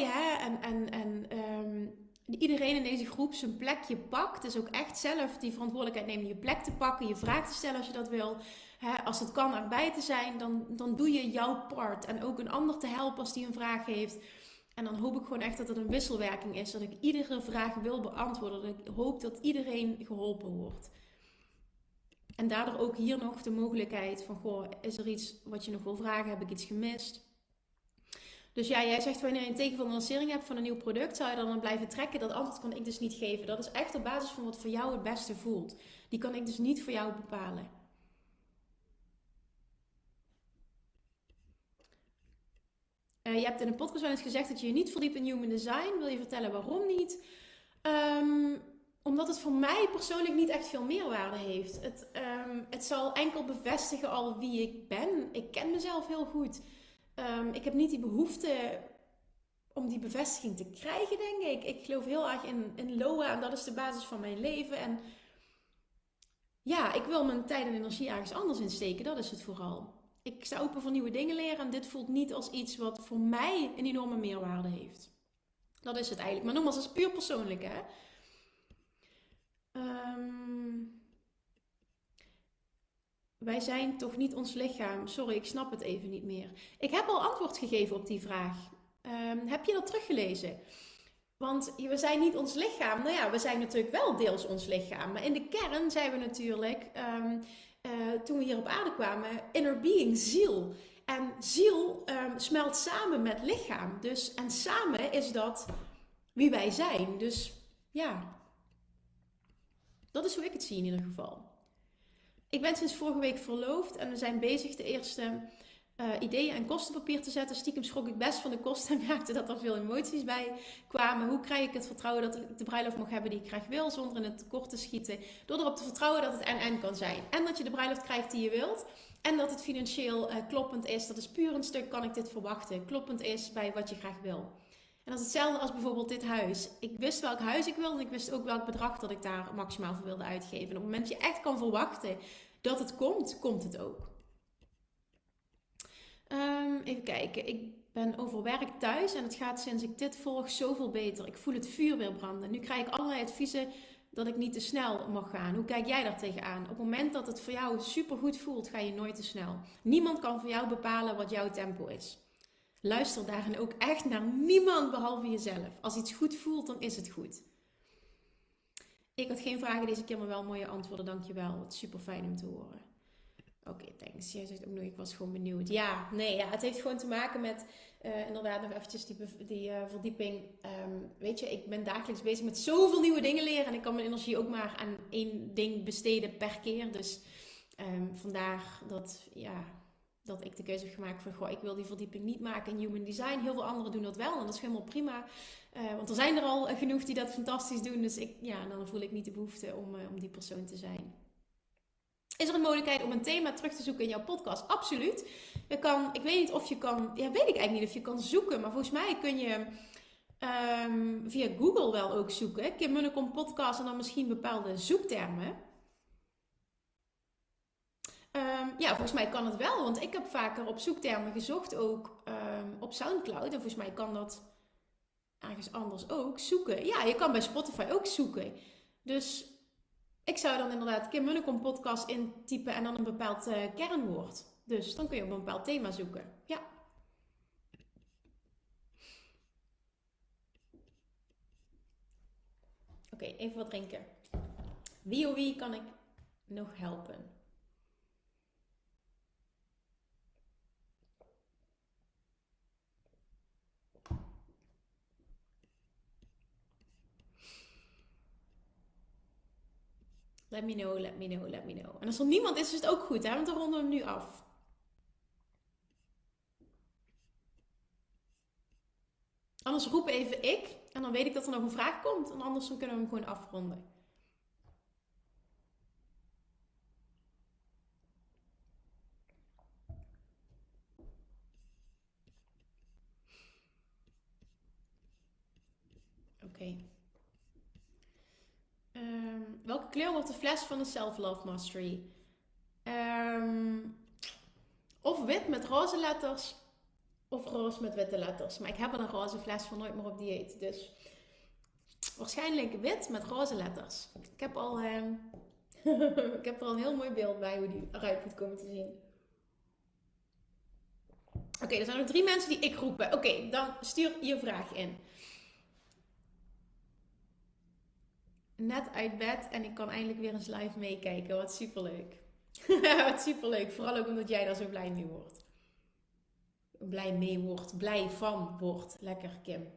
iedereen in deze groep zijn plekje pakt. Dus ook echt zelf die verantwoordelijkheid nemen. Je plek te pakken. Je vraag te stellen als je dat wil. Als het kan erbij te zijn. Dan doe je jouw part. En ook een ander te helpen als die een vraag heeft. En dan hoop ik gewoon echt dat het een wisselwerking is. Dat ik iedere vraag wil beantwoorden. Dat ik hoop dat iedereen geholpen wordt. En daardoor ook hier nog de mogelijkheid van, goh, is er iets wat je nog wil vragen? Heb ik iets gemist? Dus ja, jij zegt wanneer je een teken van de lancering hebt van een nieuw product, zou je dan blijven trekken? Dat antwoord kan ik dus niet geven. Dat is echt op basis van wat voor jou het beste voelt. Die kan ik dus niet voor jou bepalen. Je hebt in een podcast wel eens gezegd dat je je niet verdiept in human design. Wil je vertellen waarom niet? Omdat het voor mij persoonlijk niet echt veel meerwaarde heeft. Het zal enkel bevestigen al wie ik ben. Ik ken mezelf heel goed. Ik heb niet die behoefte om die bevestiging te krijgen, denk ik. Ik geloof heel erg in LOA en dat is de basis van mijn leven. En ja, ik wil mijn tijd en energie ergens anders insteken. Dat is het vooral. Ik sta open voor nieuwe dingen leren en dit voelt niet als iets wat voor mij een enorme meerwaarde heeft. Dat is het eigenlijk. Maar nogmaals, dat is puur persoonlijk, hè. Wij zijn toch niet ons lichaam? Sorry, ik snap het even niet meer. Ik heb al antwoord gegeven op die vraag. Heb je dat teruggelezen? Want we zijn niet ons lichaam. Nou ja, we zijn natuurlijk wel deels ons lichaam. Maar in de kern zijn we natuurlijk, toen we hier op aarde kwamen, inner being, ziel. En ziel smelt samen met lichaam. Dus, en samen is dat wie wij zijn. Dus ja, dat is hoe ik het zie in ieder geval. Ik ben sinds vorige week verloofd en we zijn bezig de eerste ideeën en kostenpapier te zetten. Stiekem schrok ik best van de kosten en merkte dat er veel emoties bij kwamen. Hoe krijg ik het vertrouwen dat ik de bruiloft mag hebben die ik graag wil, zonder in het tekort te schieten? Door erop te vertrouwen dat het en kan zijn. En dat je de bruiloft krijgt die je wilt. En dat het financieel kloppend is. Dat is puur een stuk, kan ik dit verwachten? Kloppend is bij wat je graag wil. En dat is hetzelfde als bijvoorbeeld dit huis. Ik wist welk huis ik wilde en ik wist ook welk bedrag dat ik daar maximaal voor wilde uitgeven. En op het moment dat je echt kan verwachten dat het komt, komt het ook. Even kijken. Ik ben overwerkt thuis en het gaat sinds ik dit volg zoveel beter. Ik voel het vuur weer branden. Nu krijg ik allerlei adviezen dat ik niet te snel mag gaan. Hoe kijk jij daar tegenaan? Op het moment dat het voor jou supergoed voelt, ga je nooit te snel. Niemand kan voor jou bepalen wat jouw tempo is. Luister daarin ook echt naar niemand behalve jezelf. Als iets goed voelt, dan is het goed. Ik had geen vragen deze keer, maar wel mooie antwoorden. Dankjewel. Het is super fijn om te horen. Oké, thanks. Jij zegt ook nog, ik was gewoon benieuwd. Ja, het heeft gewoon te maken met inderdaad nog eventjes die verdieping. Weet je, ik ben dagelijks bezig met zoveel nieuwe dingen leren. En ik kan mijn energie ook maar aan één ding besteden per keer. Dus vandaar dat ik de keuze heb gemaakt van, goh, ik wil die verdieping niet maken in human design. Heel veel anderen doen dat wel en dat is helemaal prima. Want er zijn er al genoeg die dat fantastisch doen. Dus dan voel ik niet de behoefte om die persoon te zijn. Is er een mogelijkheid om een thema terug te zoeken in jouw podcast? Absoluut. Ik weet niet of je kan, weet ik eigenlijk niet of je kan zoeken. Maar volgens mij kun je via Google wel ook zoeken. Kim Munnekom podcast en dan misschien bepaalde zoektermen. Volgens mij kan het wel, want ik heb vaker op zoektermen gezocht, ook op Soundcloud. En volgens mij kan dat ergens anders ook zoeken. Ja, je kan bij Spotify ook zoeken. Dus ik zou dan inderdaad Kim Munnekom podcast intypen en dan een bepaald kernwoord. Dus dan kun je op een bepaald thema zoeken. Ja. Oké, even wat drinken. Wie kan ik nog helpen? Let me know. En als er niemand is, is het ook goed, hè? Want dan ronden we hem nu af. Anders roep even ik. En dan weet ik dat er nog een vraag komt. En anders dan kunnen we hem gewoon afronden. Oké. Welke kleur wordt de fles van de Self-Love Mastery? wit met roze letters of roze met witte letters. Maar ik heb er een roze fles voor Nooit meer op dieet. Dus waarschijnlijk wit met roze letters. Ik heb al ik heb er al een heel mooi beeld bij hoe die eruit moet komen te zien. Oké, er zijn nog 3 mensen die ik roepen. Oké, dan stuur je vraag in. Net uit bed en ik kan eindelijk weer eens live meekijken. Wat superleuk. Wat superleuk. Vooral ook omdat jij daar zo blij mee wordt. Blij mee wordt. Blij van wordt. Lekker, Kim.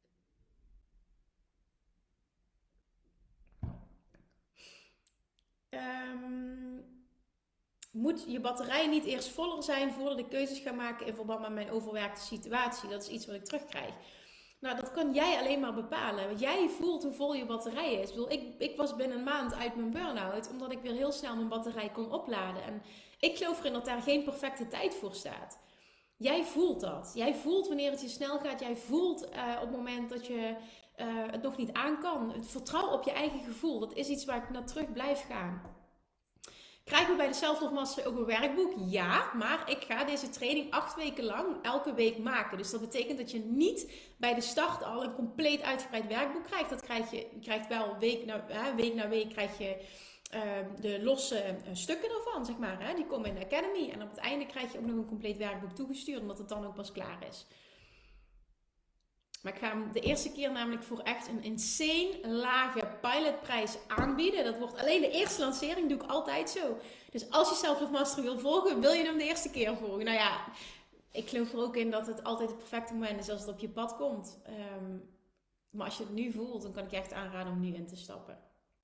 Moet je batterij niet eerst voller zijn voordat ik keuzes ga maken in verband met mijn overwerkte situatie? Dat is iets wat ik terugkrijg. Nou, dat kan jij alleen maar bepalen. Want jij voelt hoe vol je batterij is. Ik was binnen een maand uit mijn burn-out, omdat ik weer heel snel mijn batterij kon opladen. En ik geloof erin dat daar geen perfecte tijd voor staat. Jij voelt dat. Jij voelt wanneer het je snel gaat. Jij voelt op het moment dat je het nog niet aan kan. Vertrouw op je eigen gevoel. Dat is iets waar ik naar terug blijf gaan. Krijgen we bij de Self-Love Mastery ook een werkboek? Ja, maar ik ga deze training 8 weken lang elke week maken. Dus dat betekent dat je niet bij de start al een compleet uitgebreid werkboek krijgt. Dat je krijgt wel week na week krijg je de losse stukken ervan, zeg maar. Hè? Die komen in de Academy. En op het einde krijg je ook nog een compleet werkboek toegestuurd, omdat het dan ook pas klaar is. Maar ik ga hem de eerste keer namelijk voor echt een insane lage pilotprijs aanbieden. Dat wordt alleen de eerste lancering, doe ik altijd zo. Dus als je Self-Love Mastery wil volgen, wil je hem de eerste keer volgen. Nou ja, ik geloof er ook in dat het altijd het perfecte moment is als het op je pad komt. Maar als je het nu voelt, dan kan ik je echt aanraden om nu in te stappen.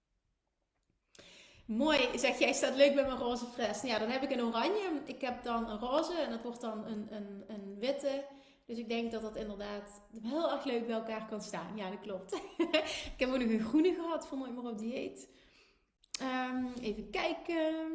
Mooi, zeg jij, staat leuk bij mijn roze fles. Nou ja, dan heb ik een oranje. Ik heb dan een roze en dat wordt dan een witte. Dus ik denk dat dat inderdaad heel erg leuk bij elkaar kan staan. Ja, dat klopt. Ik heb ook nog een groene gehad van Nooit meer op dieet. Even kijken.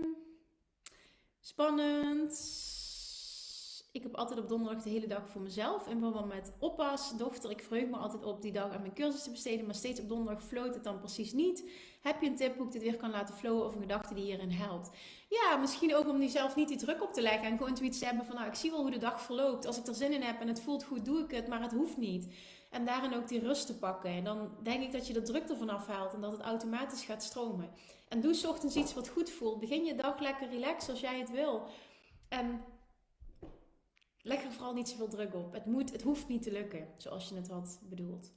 Spannend. Ik heb altijd op donderdag de hele dag voor mezelf. In verband met oppas, dochter. Ik verheug me altijd op die dag aan mijn cursus te besteden. Maar steeds op donderdag floot het dan precies niet. Heb je een tip hoe ik dit weer kan laten flowen of een gedachte die hierin helpt? Ja, misschien ook om jezelf niet die druk op te leggen. En gewoon zoiets te hebben van, nou, ik zie wel hoe de dag verloopt. Als ik er zin in heb en het voelt goed, doe ik het. Maar het hoeft niet. En daarin ook die rust te pakken. En dan denk ik dat je de druk ervan afhaalt. En dat het automatisch gaat stromen. En doe 's ochtends iets wat goed voelt. Begin je dag lekker relaxed als jij het wil. En leg er vooral niet zoveel druk op. Het hoeft niet te lukken, zoals je het had bedoeld.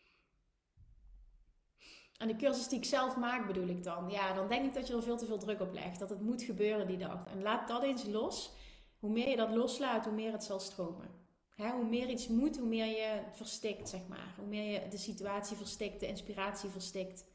En de cursus die ik zelf maak, bedoel ik dan. Ja, dan denk ik dat je er veel te veel druk op legt. Dat het moet gebeuren die dag. En laat dat eens los. Hoe meer je dat loslaat, hoe meer het zal stromen. Hoe meer iets moet, hoe meer je verstikt, zeg maar. Hoe meer je de situatie verstikt, de inspiratie verstikt.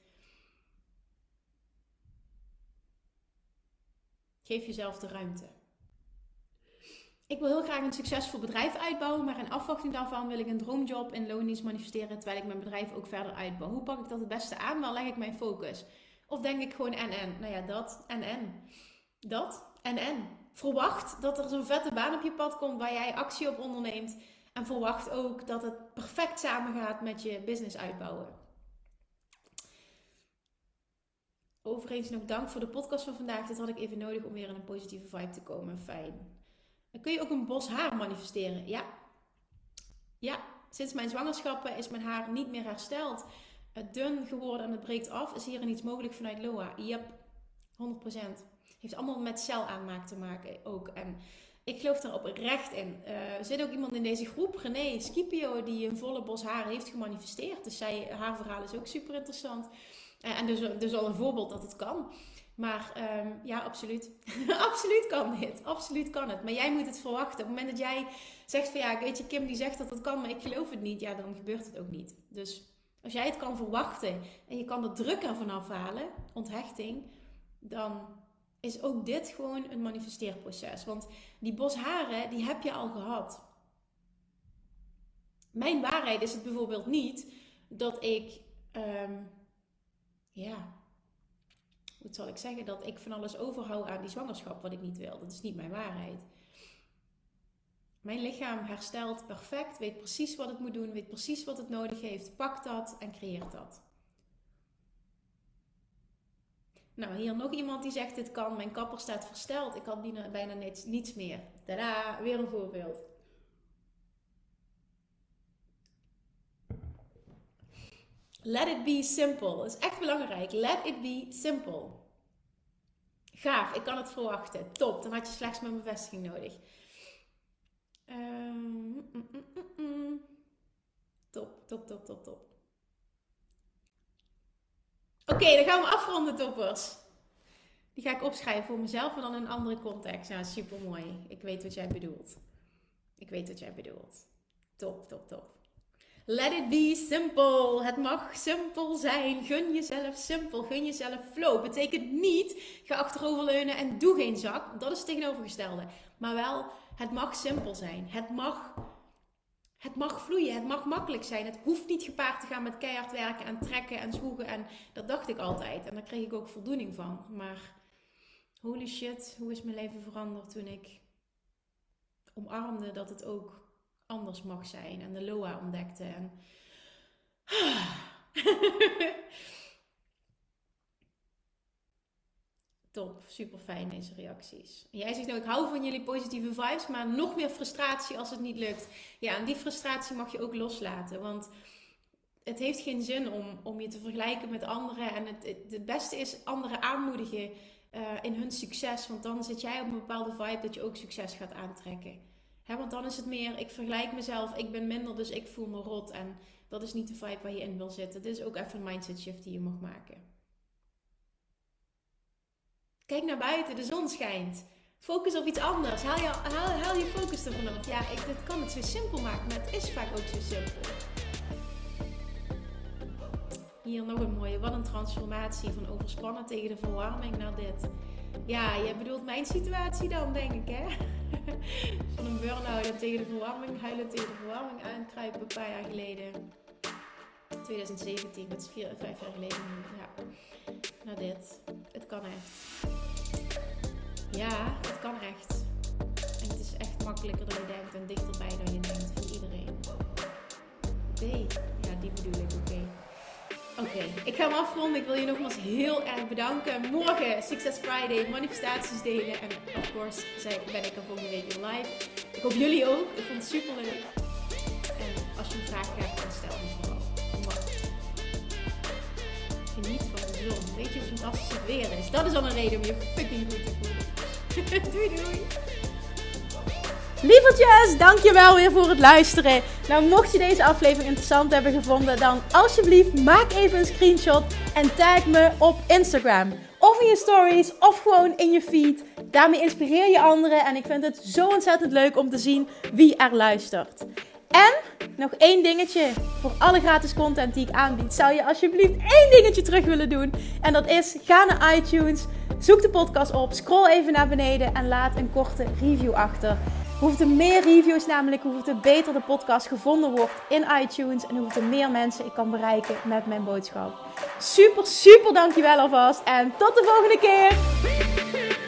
Geef jezelf de ruimte. Ik wil heel graag een succesvol bedrijf uitbouwen, maar in afwachting daarvan wil ik een droomjob in loondienst manifesteren, terwijl ik mijn bedrijf ook verder uitbouw. Hoe pak ik dat het beste aan? Waar leg ik mijn focus? Of denk ik gewoon en? Nou ja, dat en. Dat en. Verwacht dat er zo'n vette baan op je pad komt waar jij actie op onderneemt. En verwacht ook dat het perfect samengaat met je business uitbouwen. Overigens nog dank voor de podcast van vandaag. Dit had ik even nodig om weer in een positieve vibe te komen. Fijn. Dan kun je ook een bos haar manifesteren. Ja, sinds mijn zwangerschappen is mijn haar niet meer hersteld. Dun geworden en het breekt af. Is hierin iets mogelijk vanuit Loa? Yep, 100%. Heeft allemaal met celaanmaak te maken ook. En ik geloof daar oprecht in. Er zit ook iemand in deze groep, René Scipio, die een volle bos haar heeft gemanifesteerd. Dus haar verhaal is ook super interessant. En dus al een voorbeeld dat het kan. Maar ja, absoluut. Absoluut kan dit. Absoluut kan het. Maar jij moet het verwachten. Op het moment dat jij zegt van ja, weet je, Kim die zegt dat het kan, maar ik geloof het niet. Ja, dan gebeurt het ook niet. Dus als jij het kan verwachten en je kan de druk ervan afhalen, onthechting, dan is ook dit gewoon een manifesteerproces. Want die bos haren, die heb je al gehad. Mijn waarheid is het bijvoorbeeld niet dat ik, hoe zal ik zeggen, dat ik van alles overhoud aan die zwangerschap wat ik niet wil. Dat is niet mijn waarheid. Mijn lichaam herstelt perfect, weet precies wat het moet doen, weet precies wat het nodig heeft, pakt dat en creëert dat. Nou, hier nog iemand die zegt dit kan. Mijn kapper staat versteld. Ik had bijna niets meer. Tada, weer een voorbeeld. Let it be simple. Dat is echt belangrijk. Let it be simple. Gaaf, ik kan het verwachten. Top, dan had je slechts mijn bevestiging nodig. Top. Oké, dan gaan we afronden, toppers. Die ga ik opschrijven voor mezelf en dan in een andere context. Ja, super mooi. Ik weet wat jij bedoelt. Top. Let it be simple. Het mag simpel zijn. Gun jezelf simpel. Gun jezelf flow. Betekent niet, ga achteroverleunen en doe geen zak. Dat is het tegenovergestelde. Maar wel, het mag simpel zijn. Het mag vloeien. Het mag makkelijk zijn. Het hoeft niet gepaard te gaan met keihard werken en trekken en zwoegen. En dat dacht ik altijd. En daar kreeg ik ook voldoening van. Maar holy shit, hoe is mijn leven veranderd toen ik omarmde dat het ook anders mag zijn. En de Loa ontdekte. En top, super fijn deze reacties. En jij zegt nou, ik hou van jullie positieve vibes, maar nog meer frustratie als het niet lukt. Ja, en die frustratie mag je ook loslaten, want het heeft geen zin om je te vergelijken met anderen. En het beste is anderen aanmoedigen in hun succes, want dan zit jij op een bepaalde vibe dat je ook succes gaat aantrekken. Want dan is het meer, ik vergelijk mezelf, ik ben minder, dus ik voel me rot. En dat is niet de vibe waar je in wil zitten. Dit is ook even een mindset shift die je mag maken. Kijk naar buiten, de zon schijnt. Focus op iets anders. Haal je focus ervan af. Ja, dit kan het zo simpel maken, maar het is vaak ook zo simpel. Hier nog een mooie. Wat een transformatie van overspannen tegen de verwarming naar dit. Ja, je bedoelt mijn situatie dan, denk ik, hè? Van een burn-out tegen de verwarming, huilen tegen de verwarming aankruipen een paar jaar geleden. 2017, dat is 5 jaar geleden nu. Ja, naar dit. Het kan echt. Ja, het kan echt. En het is echt makkelijker dan je denkt en dichterbij dan je denkt voor iedereen. Ja, die bedoel ik, Oké, ik ga hem afronden. Ik wil je nogmaals heel erg bedanken. Morgen, Success Friday, manifestaties delen. En of course ben ik er volgende week weer live. Ik hoop jullie ook. Ik vond het super leuk. En als je een vraag hebt, dan stel me vooral. Geniet van de zon. Weet je hoe fantastisch het weer is? Dat is al een reden om je fucking goed te voelen. Doei. Lievertjes, dankjewel weer voor het luisteren. Nou, mocht je deze aflevering interessant hebben gevonden, dan alsjeblieft maak even een screenshot en tag me op Instagram. Of in je stories, of gewoon in je feed. Daarmee inspireer je anderen en ik vind het zo ontzettend leuk om te zien wie er luistert. En nog 1 dingetje voor alle gratis content die ik aanbied. Zou je alsjeblieft 1 dingetje terug willen doen? En dat is, ga naar iTunes, zoek de podcast op, scroll even naar beneden en laat een korte review achter. Hoeveel meer reviews namelijk, hoeveel beter de podcast gevonden wordt in iTunes. En hoeveel meer mensen ik kan bereiken met mijn boodschap. Super dankjewel alvast. En tot de volgende keer.